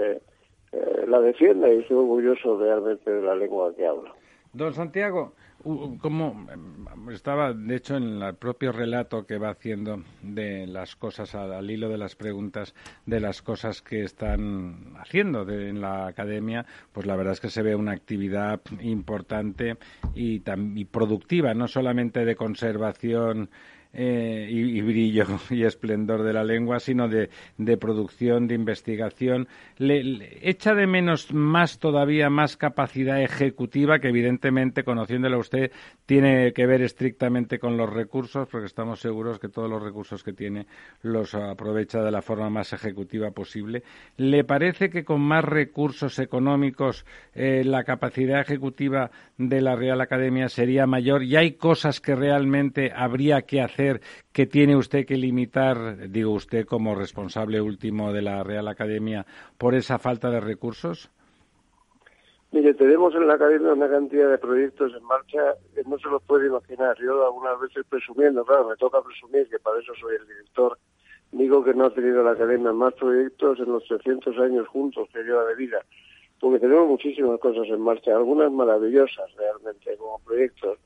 la defienda y esté orgulloso realmente de la lengua que habla. Don Santiago, como estaba, de hecho, en el propio relato que va haciendo de las cosas, al hilo de las preguntas, de las cosas que están haciendo en la academia, pues la verdad es que se ve una actividad importante y productiva, no solamente de conservación y brillo y esplendor de la lengua, sino de producción, de investigación. Le echa de menos todavía más capacidad ejecutiva, que evidentemente, conociéndola usted, tiene que ver estrictamente con los recursos, porque estamos seguros que todos los recursos que tiene los aprovecha de la forma más ejecutiva posible. ¿Le parece que con más recursos económicos la capacidad ejecutiva de la Real Academia sería mayor y hay cosas que realmente habría que hacer, que tiene usted que limitar, digo usted como responsable último de la Real Academia, por esa falta de recursos? Mire, tenemos en la Academia una cantidad de proyectos en marcha que no se los puede imaginar. Yo algunas veces presumiendo, claro, me toca presumir que para eso soy el director, digo que no ha tenido la Academia más proyectos en los 300 años juntos que lleva de vida, porque tenemos muchísimas cosas en marcha, algunas maravillosas realmente como proyectos.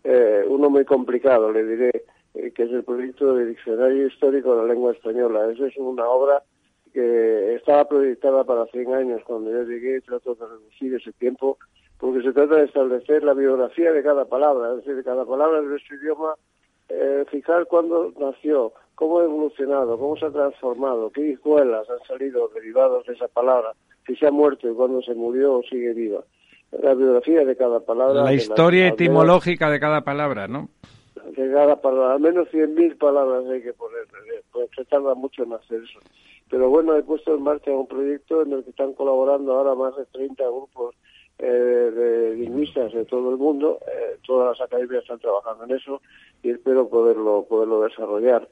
uno muy complicado, le diré, que es el proyecto de Diccionario Histórico de la Lengua Española. Esa es una obra que estaba proyectada para 100 años. Cuando yo llegué, trato de reducir ese tiempo, porque se trata de establecer la biografía de cada palabra, es decir, de cada palabra de nuestro idioma, fijar cuándo nació, cómo ha evolucionado, cómo se ha transformado, qué hijuelas han salido derivados de esa palabra, si se ha muerto y cuándo se murió o sigue viva. La biografía de cada palabra. La historia etimológica de cada palabra, ¿no? De cada palabra, al menos 100.000 palabras hay que ponerle, pues se tarda mucho en hacer eso. Pero bueno, he puesto en marcha un proyecto en el que están colaborando ahora más de 30 grupos de lingüistas de todo el mundo. Todas las academias están trabajando en eso y espero poderlo desarrollar.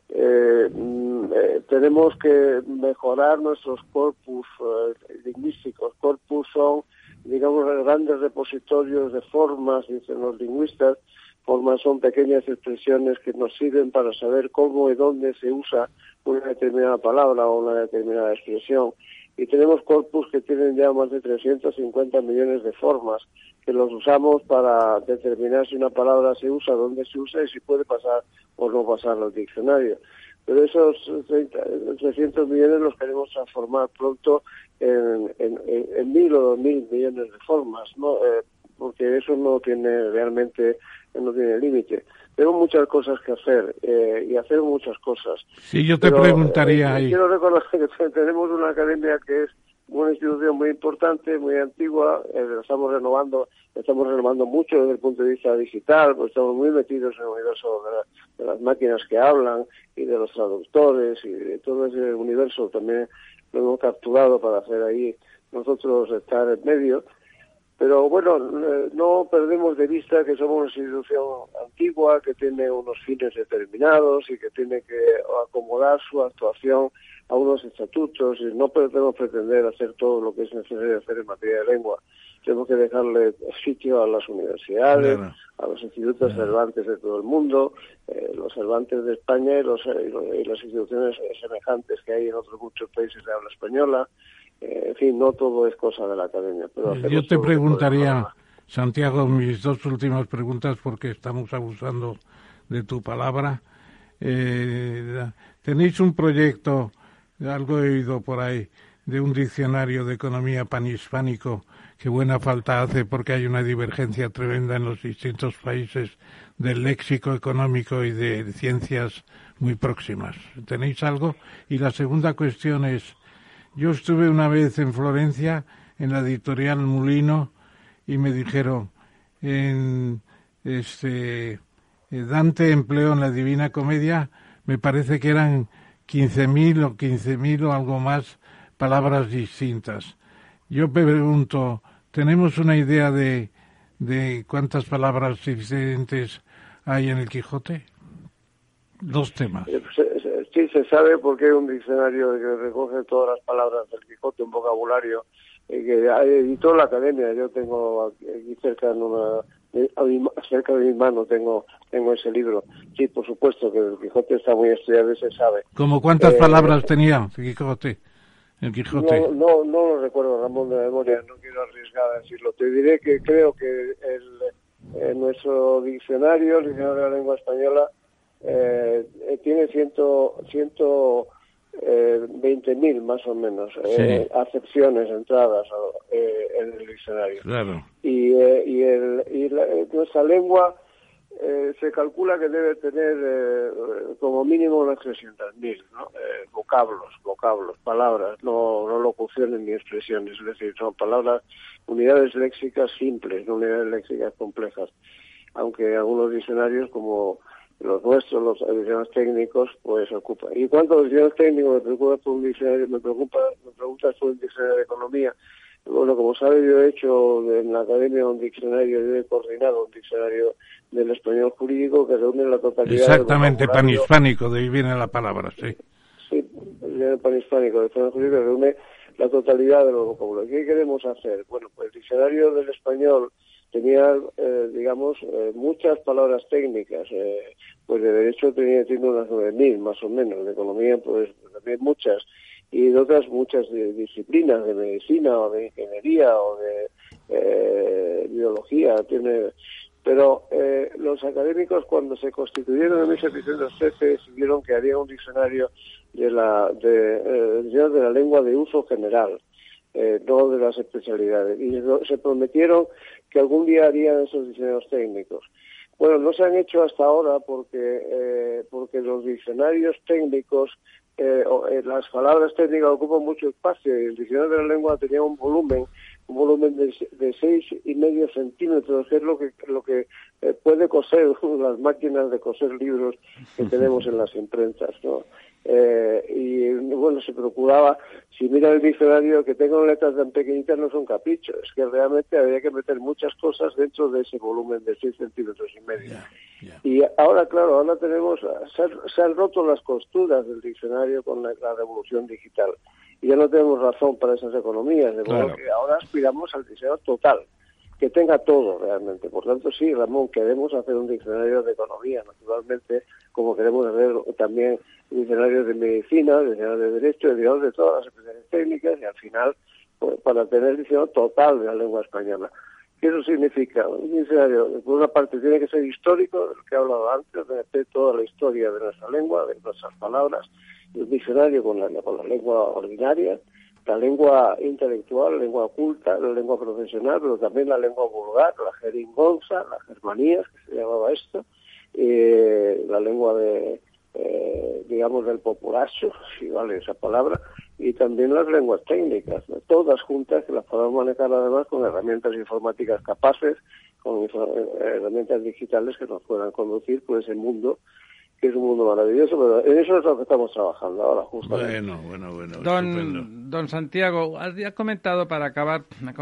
Tenemos que mejorar nuestros corpus lingüísticos. Corpus son, digamos, grandes repositorios de formas, dicen los lingüistas. Formas son pequeñas expresiones que nos sirven para saber cómo y dónde se usa una determinada palabra o una determinada expresión. Y tenemos corpus que tienen ya más de 350 millones de formas, que los usamos para determinar si una palabra se usa, dónde se usa y si puede pasar o no pasar al diccionario. Pero esos 300 millones los queremos transformar pronto en 1.000 o 2.000 millones de formas, ¿no? Porque eso no tiene límite. Tengo muchas cosas que hacer y hacer muchas cosas. Sí, yo te preguntaría ahí. Quiero recordar que tenemos una academia que es una institución muy importante, muy antigua, estamos renovando mucho desde el punto de vista digital, pues estamos muy metidos en el universo de las máquinas que hablan y de los traductores y de todo ese universo también lo hemos capturado para hacer ahí nosotros estar en medio. Pero bueno, no perdemos de vista que somos una institución antigua, que tiene unos fines determinados y que tiene que acomodar su actuación a unos estatutos y no podemos pretender hacer todo lo que es necesario hacer en materia de lengua. Tenemos que dejarle sitio a las universidades, claro, a los institutos Cervantes de todo el mundo, los Cervantes de España y las instituciones semejantes que hay en otros muchos países de habla española. En fin, no todo es cosa de la academia. Pero yo te preguntaría, Santiago, mis dos últimas preguntas, porque estamos abusando de tu palabra. Tenéis un proyecto, algo he oído por ahí, de un diccionario de economía panhispánico, que buena falta hace porque hay una divergencia tremenda en los distintos países del léxico económico y de ciencias muy próximas. ¿Tenéis algo? Y la segunda cuestión es, yo estuve una vez en Florencia, en la editorial Mulino, y me dijeron, Dante empleó en la Divina Comedia, me parece que eran 15.000 o algo más palabras distintas. Yo me pregunto, ¿tenemos una idea de cuántas palabras diferentes hay en el Quijote? Dos temas. Sí, se sabe porque hay un diccionario que recoge todas las palabras del Quijote, un vocabulario que editó la academia. Yo tengo aquí cerca de mi mano tengo ese libro. Sí, por supuesto que el Quijote está muy estudiado y se sabe. ¿Cómo cuántas palabras tenía el Quijote? No lo recuerdo, Ramón, de memoria, no quiero arriesgar a decirlo. Te diré que creo que nuestro diccionario, el diccionario de la lengua española, tiene 120.000 más o menos acepciones, entradas en el diccionario. Claro. Y nuestra lengua se calcula que debe tener como mínimo unas 300.000, ¿no? Vocablos, palabras, no locuciones ni expresiones, es decir, son palabras, unidades léxicas simples, no unidades léxicas complejas, aunque algunos diccionarios como los nuestros, los diccionarios técnicos, pues ocupan. Y cuanto a los diccionarios técnicos, me preocupas por un diccionario de economía. Bueno, como sabe, yo he hecho en la academia un diccionario, yo he coordinado un diccionario del español jurídico que reúne la totalidad. Exactamente, panhispánico, de ahí viene la palabra, sí. Sí, el panhispánico, el español jurídico que reúne la totalidad de los vocabularios. ¿Qué queremos hacer? Bueno, pues el diccionario del español tenía, muchas palabras técnicas, pues de derecho tiene unas 9.000 más o menos, de economía pues también muchas, y de otras muchas disciplinas, de medicina o de ingeniería o de biología, tiene Pero los académicos, cuando se constituyeron en 1713, decidieron que haría un diccionario de la lengua de uso general, no de las especialidades, y se prometieron que algún día harían esos diccionarios técnicos. Bueno, no se han hecho hasta ahora porque los diccionarios técnicos, las palabras técnicas ocupan mucho espacio, y el diccionario de la lengua tenía un volumen de 6,5 centímetros, que es lo que puede coser las máquinas de coser libros que tenemos en las imprentas, ¿no? Y bueno, se procuraba, si mira el diccionario, que tengan letras tan pequeñitas no es un capricho, es que realmente había que meter muchas cosas dentro de ese volumen de 6,5 centímetros. Y ahora, claro, se han roto las costuras del diccionario con la revolución digital, y ya no tenemos razón para esas economías, de modo que ahora aspiramos al diseño total, que tenga todo realmente. Por tanto, sí, Ramón, queremos hacer un diccionario de economía, naturalmente, como queremos hacer también diccionarios de medicina, diccionarios de derecho, diccionarios de todas las especialidades técnicas, y al final, pues, para tener el diccionario total de la lengua española. ¿Qué eso significa? Un diccionario, por una parte, tiene que ser histórico, del que he hablado antes, de meter toda la historia de nuestra lengua, de nuestras palabras, un diccionario con la lengua ordinaria, la lengua intelectual, la lengua culta, la lengua profesional, pero también la lengua vulgar, la jeringonza, las germanías, que se llamaba esto, la lengua digamos, del populacho, si vale esa palabra, y también las lenguas técnicas, ¿no? Todas juntas, que las podamos manejar además con herramientas informáticas capaces, con herramientas digitales que nos puedan conducir por ese mundo, que es un mundo maravilloso, pero en eso es lo que estamos trabajando ahora, justamente. Bueno. Don Santiago, ha comentado, para acabar,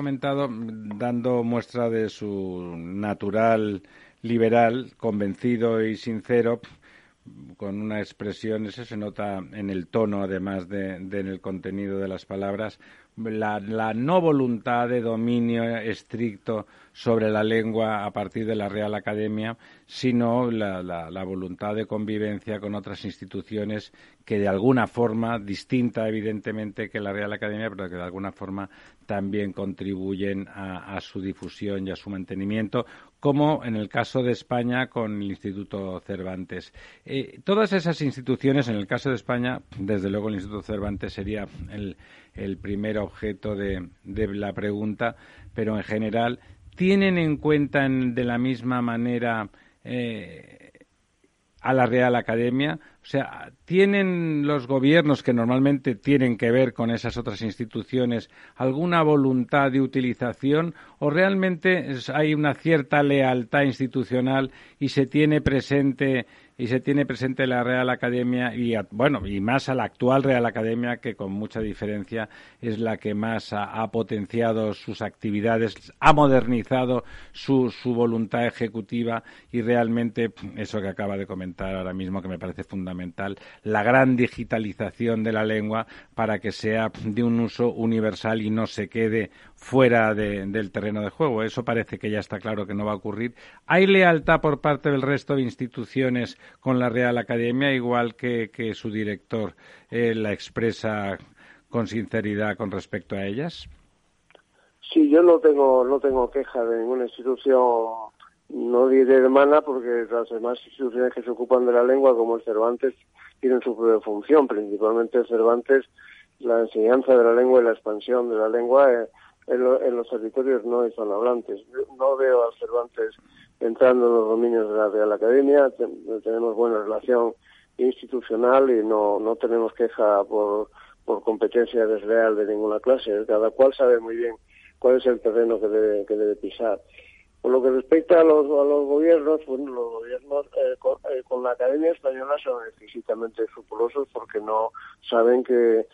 dando muestra de su natural liberal, convencido y sincero, con una expresión, eso se nota en el tono, además de en el contenido de las palabras, la no voluntad de dominio estricto sobre la lengua a partir de la Real Academia, sino la voluntad de convivencia con otras instituciones que de alguna forma, distinta evidentemente que la Real Academia, pero que de alguna forma también contribuyen a su difusión y a su mantenimiento, como en el caso de España con el Instituto Cervantes. Todas esas instituciones, en el caso de España, desde luego el Instituto Cervantes sería el primer objeto de la pregunta, pero en general, ¿tienen en cuenta de la misma manera a la Real Academia? O sea, ¿tienen los gobiernos, que normalmente tienen que ver con esas otras instituciones, alguna voluntad de utilización, o realmente hay una cierta lealtad institucional y se tiene presente la Real Academia y más a la actual Real Academia, que con mucha diferencia es la que más ha potenciado sus actividades, ha modernizado su voluntad ejecutiva, y realmente eso que acaba de comentar ahora mismo, que me parece fundamental, la gran digitalización de la lengua para que sea de un uso universal y no se quede fuera del terreno de juego. Eso parece que ya está claro que no va a ocurrir. ¿Hay lealtad por parte del resto de instituciones con la Real Academia, igual que su director la expresa con sinceridad con respecto a ellas? Sí, yo no tengo queja de ninguna institución, no diré hermana, porque las demás instituciones que se ocupan de la lengua, como el Cervantes, tienen su propia función. Principalmente el Cervantes, la enseñanza de la lengua y la expansión de la lengua en los territorios no hispanohablantes. No veo al Cervantes entrando en los dominios de la Real Academia. Tenemos buena relación institucional y no tenemos queja por competencia desleal de ninguna clase. Cada cual sabe muy bien cuál es el terreno que debe pisar. Por lo que respecta a los gobiernos, bueno, los gobiernos con la Academia Española son exquisitamente escrupulosos, porque no saben que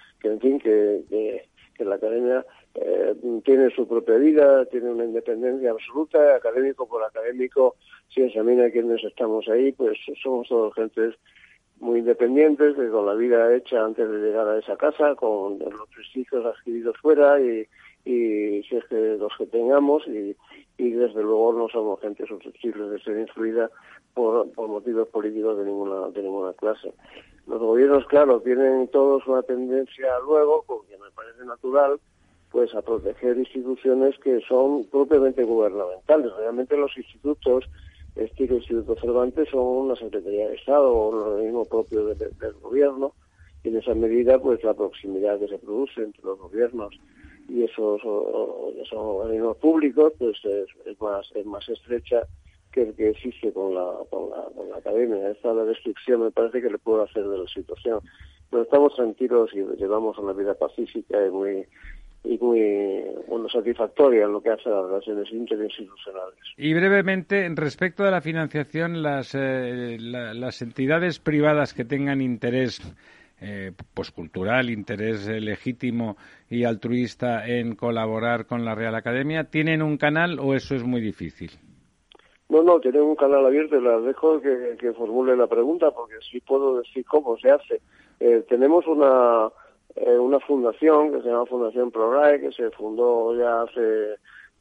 la Academia tiene su propia vida, tiene una independencia absoluta, académico por académico. Si examina quiénes estamos ahí, pues somos todos gentes muy independientes, con la vida hecha antes de llegar a esa casa, con los prestigios adquiridos fuera y si es que los que tengamos, y desde luego no somos gente susceptible de ser influida por motivos políticos de ninguna clase. Los gobiernos, claro, tienen todos una tendencia luego, que me parece natural, pues a proteger instituciones que son propiamente gubernamentales. Realmente los institutos, estilo Instituto Cervantes, son una Secretaría de Estado o un organismo propio del gobierno, y en esa medida pues la proximidad que se produce entre los gobiernos y esos organismos públicos pues es más estrecha que el que existe con la academia. Esta es la descripción, me parece, que le puedo hacer de la situación. Pero estamos tranquilos y llevamos una vida pacífica y muy satisfactoria en lo que hace a las relaciones interinstitucionales. Y brevemente, respecto de la financiación, las entidades privadas que tengan interés pues cultural, interés legítimo y altruista en colaborar con la Real Academia, ¿tienen un canal o eso es muy difícil? No, tienen un canal abierto y les dejo que formule la pregunta, porque sí puedo decir cómo se hace. Tenemos una fundación que se llama Fundación ProRae, que se fundó ya hace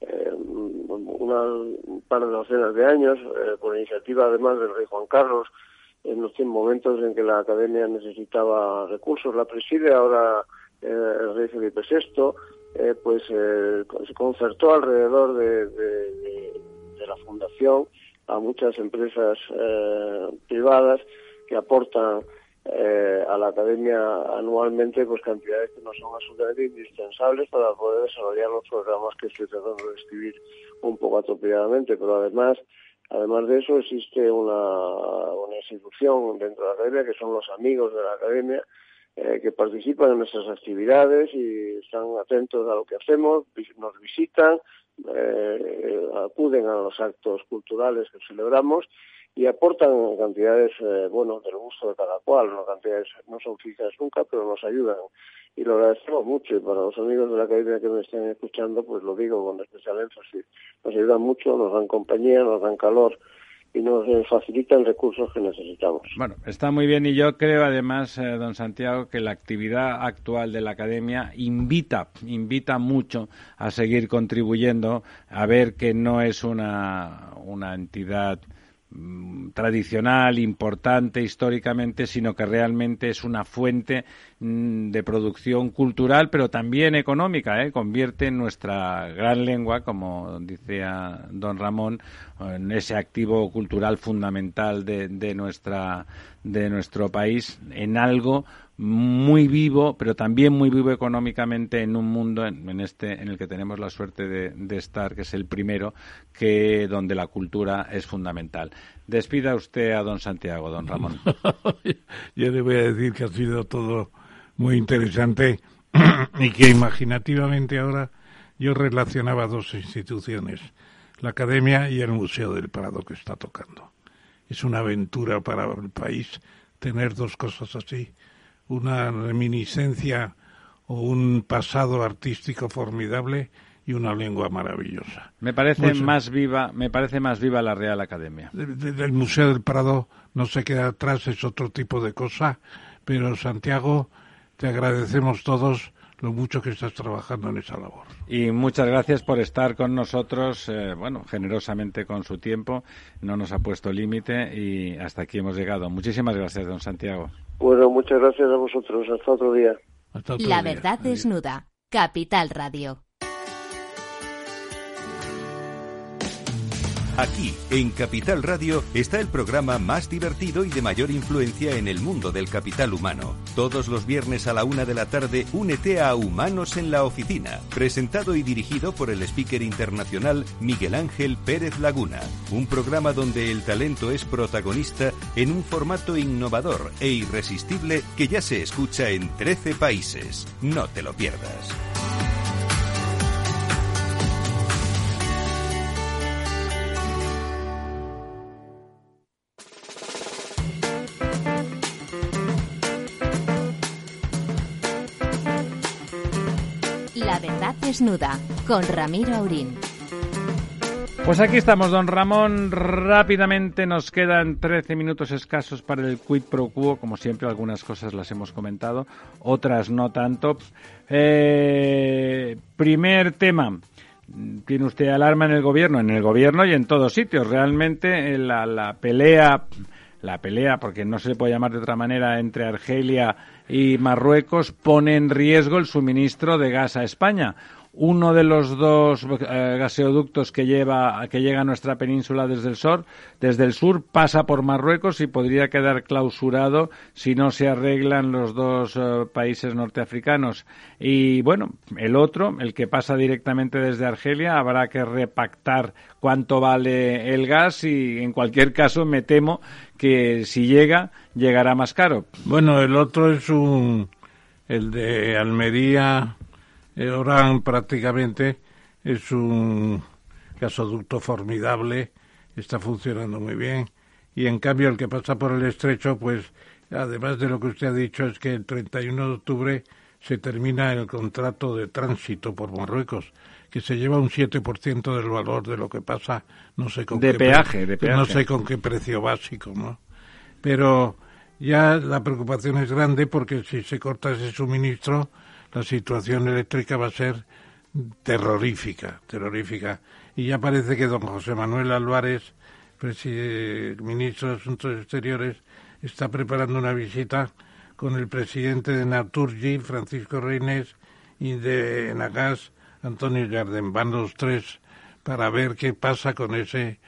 un par de docenas de años, por iniciativa además del rey Juan Carlos, en los momentos en que la Academia necesitaba recursos. La preside ahora el rey Felipe VI, se concertó alrededor de la fundación a muchas empresas privadas que aportan a la Academia anualmente pues cantidades que no son absolutamente indispensables para poder desarrollar los programas que estoy tratando de describir un poco atropelladamente. Pero además de eso existe una institución dentro de la Academia que son los amigos de la Academia, que participan en nuestras actividades y están atentos a lo que hacemos, nos visitan, acuden a los actos culturales que celebramos y aportan cantidades, del gusto de cada cual. Las cantidades no son fijas nunca, pero nos ayudan y lo agradecemos mucho. Y para los amigos de la Academia que me estén escuchando, pues lo digo con especial énfasis. Nos ayudan mucho, nos dan compañía, nos dan calor y nos facilitan recursos que necesitamos. Bueno, está muy bien, y yo creo además, don Santiago, que la actividad actual de la Academia invita mucho a seguir contribuyendo, a ver que no es una entidad tradicional, importante históricamente, sino que realmente es una fuente de producción cultural, pero también económica, convierte en nuestra gran lengua, como decía don Ramón, en ese activo cultural fundamental de nuestro país, en algo muy vivo, pero también muy vivo económicamente en un mundo en el que tenemos la suerte de estar, que es el primero, donde la cultura es fundamental. Despida usted a don Santiago, don Ramón. Yo le voy a decir que ha sido todo muy interesante y que imaginativamente ahora yo relacionaba dos instituciones, la Academia y el Museo del Prado, que está tocando. Es una aventura para el país tener dos cosas así, una reminiscencia o un pasado artístico formidable y una lengua maravillosa. Me parece más viva la Real Academia. El Museo del Prado no se queda atrás, es otro tipo de cosa, pero Santiago, te agradecemos todos lo mucho que estás trabajando en esa labor. Y muchas gracias por estar con nosotros, generosamente con su tiempo, no nos ha puesto límite y hasta aquí hemos llegado. Muchísimas gracias, don Santiago. Bueno, muchas gracias a vosotros. Hasta otro día. La verdad desnuda. Capital Radio. Aquí, en Capital Radio, está el programa más divertido y de mayor influencia en el mundo del capital humano. Todos los viernes a la 1:00 p.m, únete a Humanos en la Oficina, presentado y dirigido por el speaker internacional Miguel Ángel Pérez Laguna. Un programa donde el talento es protagonista en un formato innovador e irresistible que ya se escucha en 13 países. No te lo pierdas. La verdad desnuda, con Ramiro Aurín. Pues aquí estamos, don Ramón. Rápidamente nos quedan 13 minutos escasos para el quid pro quo. Como siempre, algunas cosas las hemos comentado, otras no tanto. Primer tema. Tiene usted alarma en el gobierno y en todos sitios. Realmente la pelea, porque no se le puede llamar de otra manera, entre Argelia y Marruecos pone en riesgo el suministro de gas a España. Uno de los dos gaseoductos que llega a nuestra península desde el sur pasa por Marruecos y podría quedar clausurado si no se arreglan los dos países norteafricanos. Y bueno, el que pasa directamente desde Argelia, habrá que repactar cuánto vale el gas y en cualquier caso me temo que si llegará más caro. Bueno, el otro es el de Almería. Orán prácticamente es un gasoducto formidable, está funcionando muy bien, y en cambio el que pasa por el estrecho, pues además de lo que usted ha dicho, es que el 31 de octubre se termina el contrato de tránsito por Marruecos, que se lleva un 7% del valor de lo que pasa, no sé con de qué peaje. No sé con qué precio básico, ¿no? Pero ya la preocupación es grande porque si se corta ese suministro, la situación eléctrica va a ser terrorífica. Y ya parece que don José Manuel Álvarez, ministro de Asuntos Exteriores, está preparando una visita con el presidente de Naturgy, Francisco Reynés, y de Enagás, Antonio Jardén. Van los tres para ver qué pasa con ese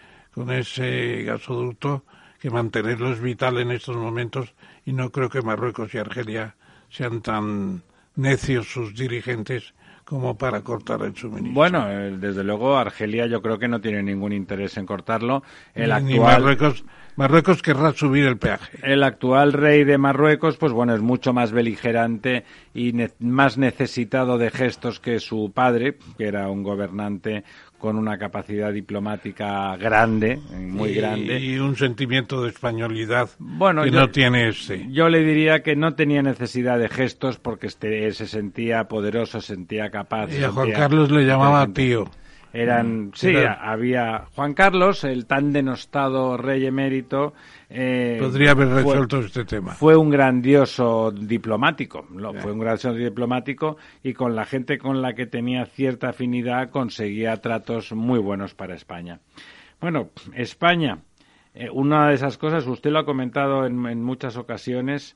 gasoducto, que mantenerlo es vital en estos momentos, y no creo que Marruecos y Argelia sean tan necios sus dirigentes como para cortar el suministro. Bueno, desde luego Argelia yo creo que no tiene ningún interés en cortarlo. Ni Marruecos querrá subir el peaje. El actual rey de Marruecos, pues bueno, es mucho más beligerante y más necesitado de gestos que su padre, que era un gobernante con una capacidad diplomática grande, muy grande. Y un sentimiento de españolidad que no tiene Yo le diría que no tenía necesidad de gestos porque se sentía poderoso, se sentía capaz. Y a Juan Carlos le llamaba tío. Había Juan Carlos, el tan denostado rey emérito. Podría haber resuelto este tema. Fue un grandioso diplomático, y con la gente con la que tenía cierta afinidad conseguía tratos muy buenos para España. Bueno, España, una de esas cosas, usted lo ha comentado en muchas ocasiones,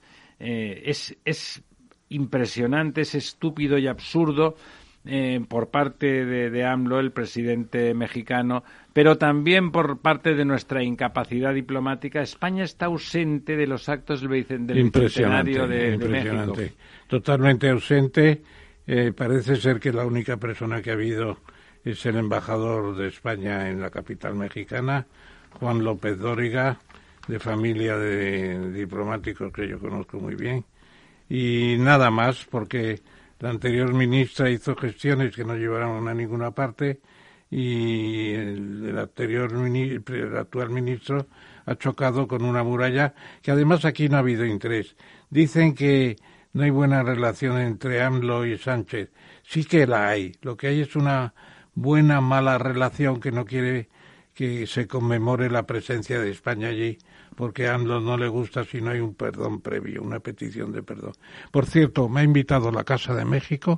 es impresionante, es estúpido y absurdo por parte de AMLO, el presidente mexicano, pero también por parte de nuestra incapacidad diplomática. España está ausente de los actos del Bicentenario de México. Totalmente ausente. Parece ser que la única persona que ha habido es el embajador de España en la capital mexicana, Juan López Dóriga, de familia de diplomáticos que yo conozco muy bien. Y nada más, porque la anterior ministra hizo gestiones que no llevaron a ninguna parte y el actual ministro ha chocado con una muralla que además aquí no ha habido interés. Dicen que no hay buena relación entre AMLO y Sánchez. Sí que la hay. Lo que hay es una buena, mala relación que no quiere que se conmemore la presencia de España allí, porque a AMLO no le gusta si no hay un perdón previo, una petición de perdón. Por cierto, me ha invitado a la Casa de México,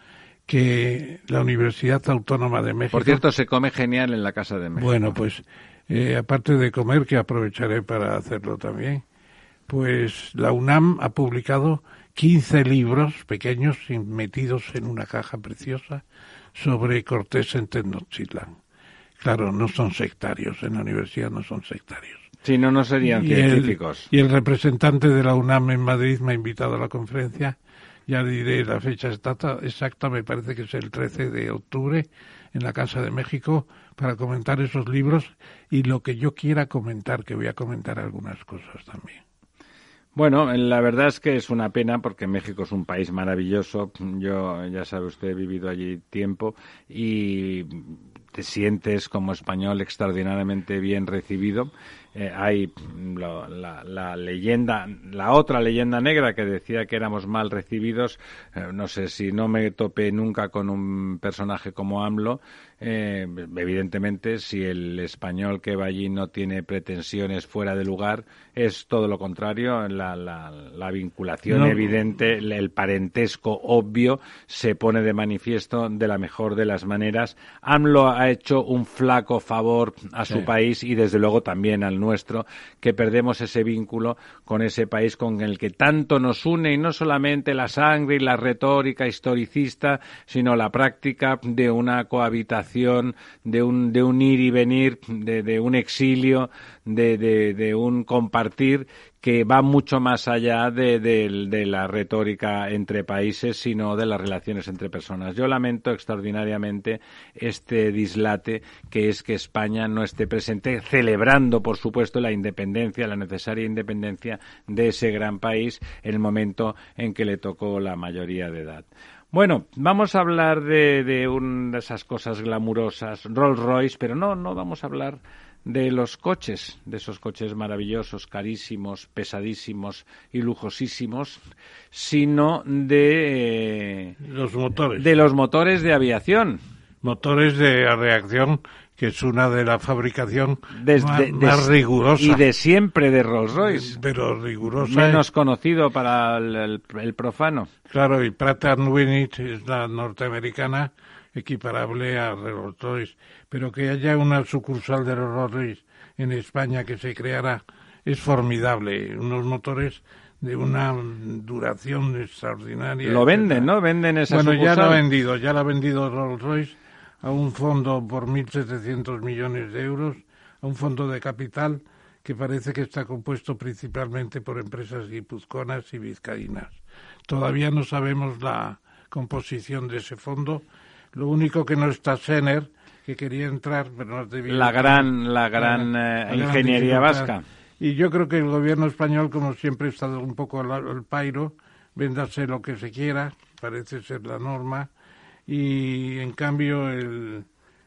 que la Universidad Autónoma de México... Por cierto, se come genial en la Casa de México. Bueno, pues aparte de comer, que aprovecharé para hacerlo también, pues la UNAM ha publicado 15 libros pequeños metidos en una caja preciosa sobre Cortés en Tenochtitlán. Claro, no son sectarios, en la universidad no son sectarios. Si no, no serían científicos. Y el representante de la UNAM en Madrid me ha invitado a la conferencia, ya diré la fecha exacta, me parece que es el 13 de octubre, en la Casa de México, para comentar esos libros y lo que yo quiera comentar, que voy a comentar algunas cosas también. Bueno, la verdad es que es una pena porque México es un país maravilloso. Yo, ya sabe usted, he vivido allí tiempo y te sientes como español extraordinariamente bien recibido. Hay la leyenda, la otra leyenda negra que decía que éramos mal recibidos. No sé si no me topé nunca con un personaje como AMLO. Evidentemente, si el español que va allí no tiene pretensiones fuera de lugar, es todo lo contrario. La vinculación evidente, el parentesco obvio se pone de manifiesto de la mejor de las maneras. AMLO ha hecho un flaco favor a su país y desde luego también al el nuestro, que perdemos ese vínculo con ese país con el que tanto nos une, y no solamente la sangre y la retórica historicista, sino la práctica de una cohabitación, de un ir y venir, de un exilio, de un compartir que va mucho más allá de la retórica entre países, sino de las relaciones entre personas. Yo lamento extraordinariamente este dislate que es que España no esté presente, celebrando, por supuesto, la independencia, la necesaria independencia de ese gran país en el momento en que le tocó la mayoría de edad. Bueno, vamos a hablar de esas cosas glamurosas, Rolls-Royce, pero no vamos a hablar de los coches, de esos coches maravillosos, carísimos, pesadísimos y lujosísimos, sino de los motores. De los motores de aviación. Motores de reacción, que es una de la fabricación más rigurosa. Y de siempre de Rolls-Royce. Pero rigurosa. Menos conocido para el profano. Claro, y Pratt & Whitney es la norteamericana, equiparable a Rolls-Royce, pero que haya una sucursal de Rolls-Royce en España que se creara es formidable. Unos motores de una duración extraordinaria. Lo venden, ¿no? Venden esa sucursal. Bueno, ya la ha vendido Rolls-Royce a un fondo por 1.700 millones de euros, a un fondo de capital que parece que está compuesto principalmente por empresas guipuzcoanas y vizcaínas. Todavía no sabemos la composición de ese fondo. Lo único que no está Sener, que quería entrar, pero no ha debido. La gran ingeniería vasca. Y yo creo que el gobierno español, como siempre, ha estado un poco al pairo, véndase lo que se quiera, parece ser la norma, y en cambio el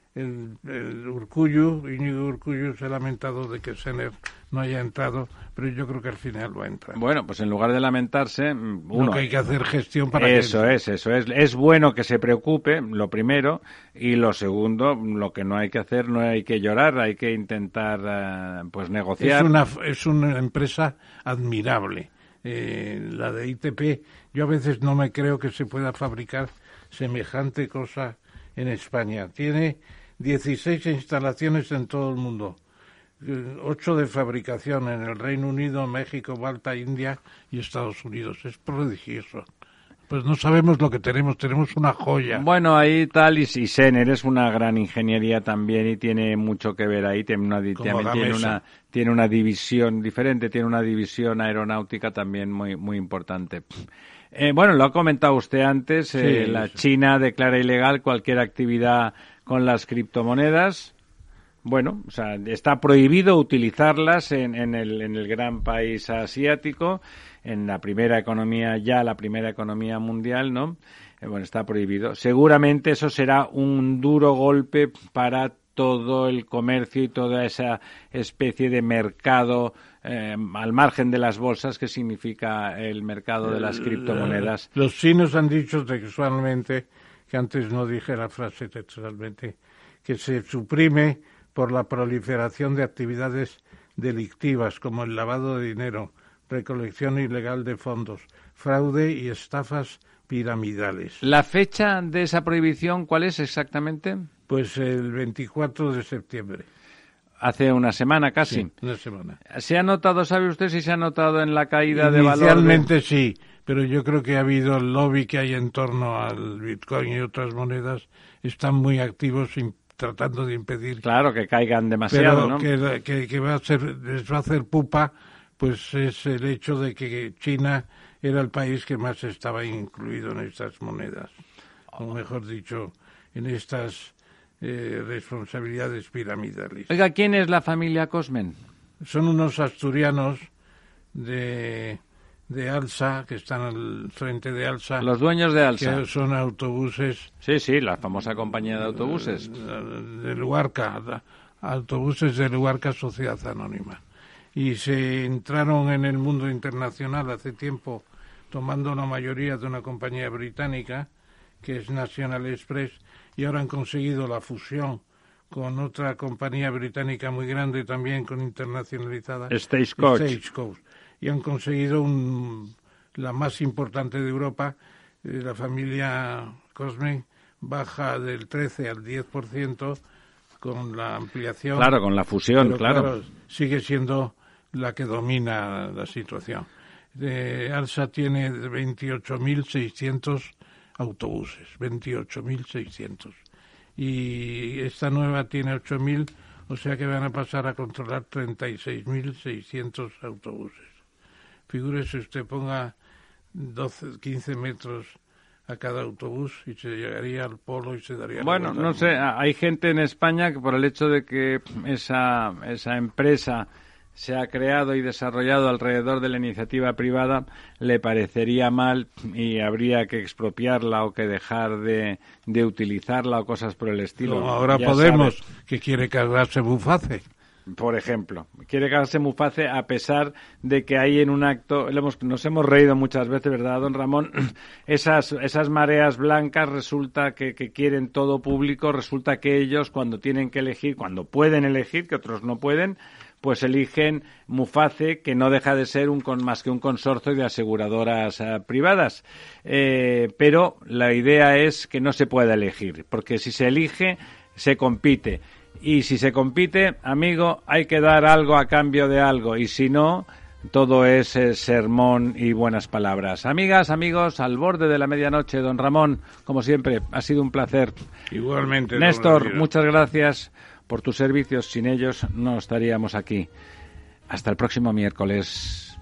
Íñigo Urkullu se ha lamentado de que Sener no haya entrado, pero yo creo que al final va a entrar. Bueno, pues en lugar de lamentarse, lo que hay que hacer gestión para eso es bueno que se preocupe, lo primero, y lo segundo, lo que no hay que hacer, no hay que llorar, hay que intentar pues negociar. Es una empresa admirable, la de ITP. Yo a veces no me creo que se pueda fabricar semejante cosa en España. Tiene 16 instalaciones en todo el mundo, 8 de fabricación en el Reino Unido, México, Malta, India y Estados Unidos. Es prodigioso. Pues no sabemos lo que tenemos una joya. Bueno, ahí tal, y Sener es una gran ingeniería también y tiene mucho que ver ahí, tiene una división diferente, tiene una división aeronáutica también muy, muy importante. Bueno, lo ha comentado usted antes, sí, la China declara ilegal cualquier actividad con las criptomonedas. Bueno, o sea, está prohibido utilizarlas en el gran país asiático, en la primera economía mundial, ¿no? Bueno, está prohibido. Seguramente eso será un duro golpe para todo el comercio y toda esa especie de mercado al margen de las bolsas que significa el mercado de las criptomonedas. Los chinos han dicho textualmente, que antes no dije la frase textualmente, que se suprime por la proliferación de actividades delictivas como el lavado de dinero, recolección ilegal de fondos, fraude y estafas piramidales. ¿La fecha de esa prohibición cuál es exactamente? Pues el 24 de septiembre. Hace una semana casi. Sí, una semana. ¿Se ha notado, sabe usted si se ha notado en la caída de valor? Inicialmente sí, pero yo creo que ha habido el lobby que hay en torno al Bitcoin y otras monedas, están muy activos tratando de impedir. Claro, que caigan demasiado, pero ¿no? que les va a hacer pupa, pues es el hecho de que China era el país que más estaba incluido en estas monedas, o mejor dicho, en estas responsabilidades piramidales. Oiga, ¿quién es la familia Cosmen? Son unos asturianos de Alsa, que están al frente de Alsa. Los dueños de Alsa. Que son autobuses. Sí, la famosa compañía de autobuses. De Luarca, autobuses de Luarca Sociedad Anónima. Y se entraron en el mundo internacional hace tiempo, tomando la mayoría de una compañía británica, que es National Express, y ahora han conseguido la fusión con otra compañía británica muy grande también, con internacionalizada, Stagecoach. Y han conseguido la más importante de Europa. La familia Cosmen baja del 13 al 10% con la ampliación. Claro, con la fusión, pero, claro. Sigue siendo la que domina la situación. ALSA tiene 28.600 autobuses, 28.600. Y esta nueva tiene 8.000, o sea que van a pasar a controlar 36.600 autobuses. Figúrese usted, ponga 15 metros a cada autobús y se llegaría al polo y se daría... Bueno, no sé, hay gente en España que por el hecho de que esa empresa se ha creado y desarrollado alrededor de la iniciativa privada, le parecería mal y habría que expropiarla o que dejar de utilizarla o cosas por el estilo. Como ahora Ya Podemos, sabes, que quiere cargarse Muface. por ejemplo, quiere cargarse Muface a pesar de que hay en un acto, nos hemos reído muchas veces, ¿verdad, don Ramón? Esas mareas blancas resulta que quieren todo público, resulta que ellos cuando tienen que elegir, cuando pueden elegir, que otros no pueden, pues eligen Muface, que no deja de ser más que un consorcio de aseguradoras privadas. Pero la idea es que no se pueda elegir, porque si se elige, se compite. Y si se compite, amigo, hay que dar algo a cambio de algo. Y si no, todo es sermón y buenas palabras. Amigas, amigos, al borde de la medianoche, don Ramón, como siempre, ha sido un placer. Igualmente. Néstor, muchas gracias por tus servicios. Sin ellos no estaríamos aquí. Hasta el próximo miércoles.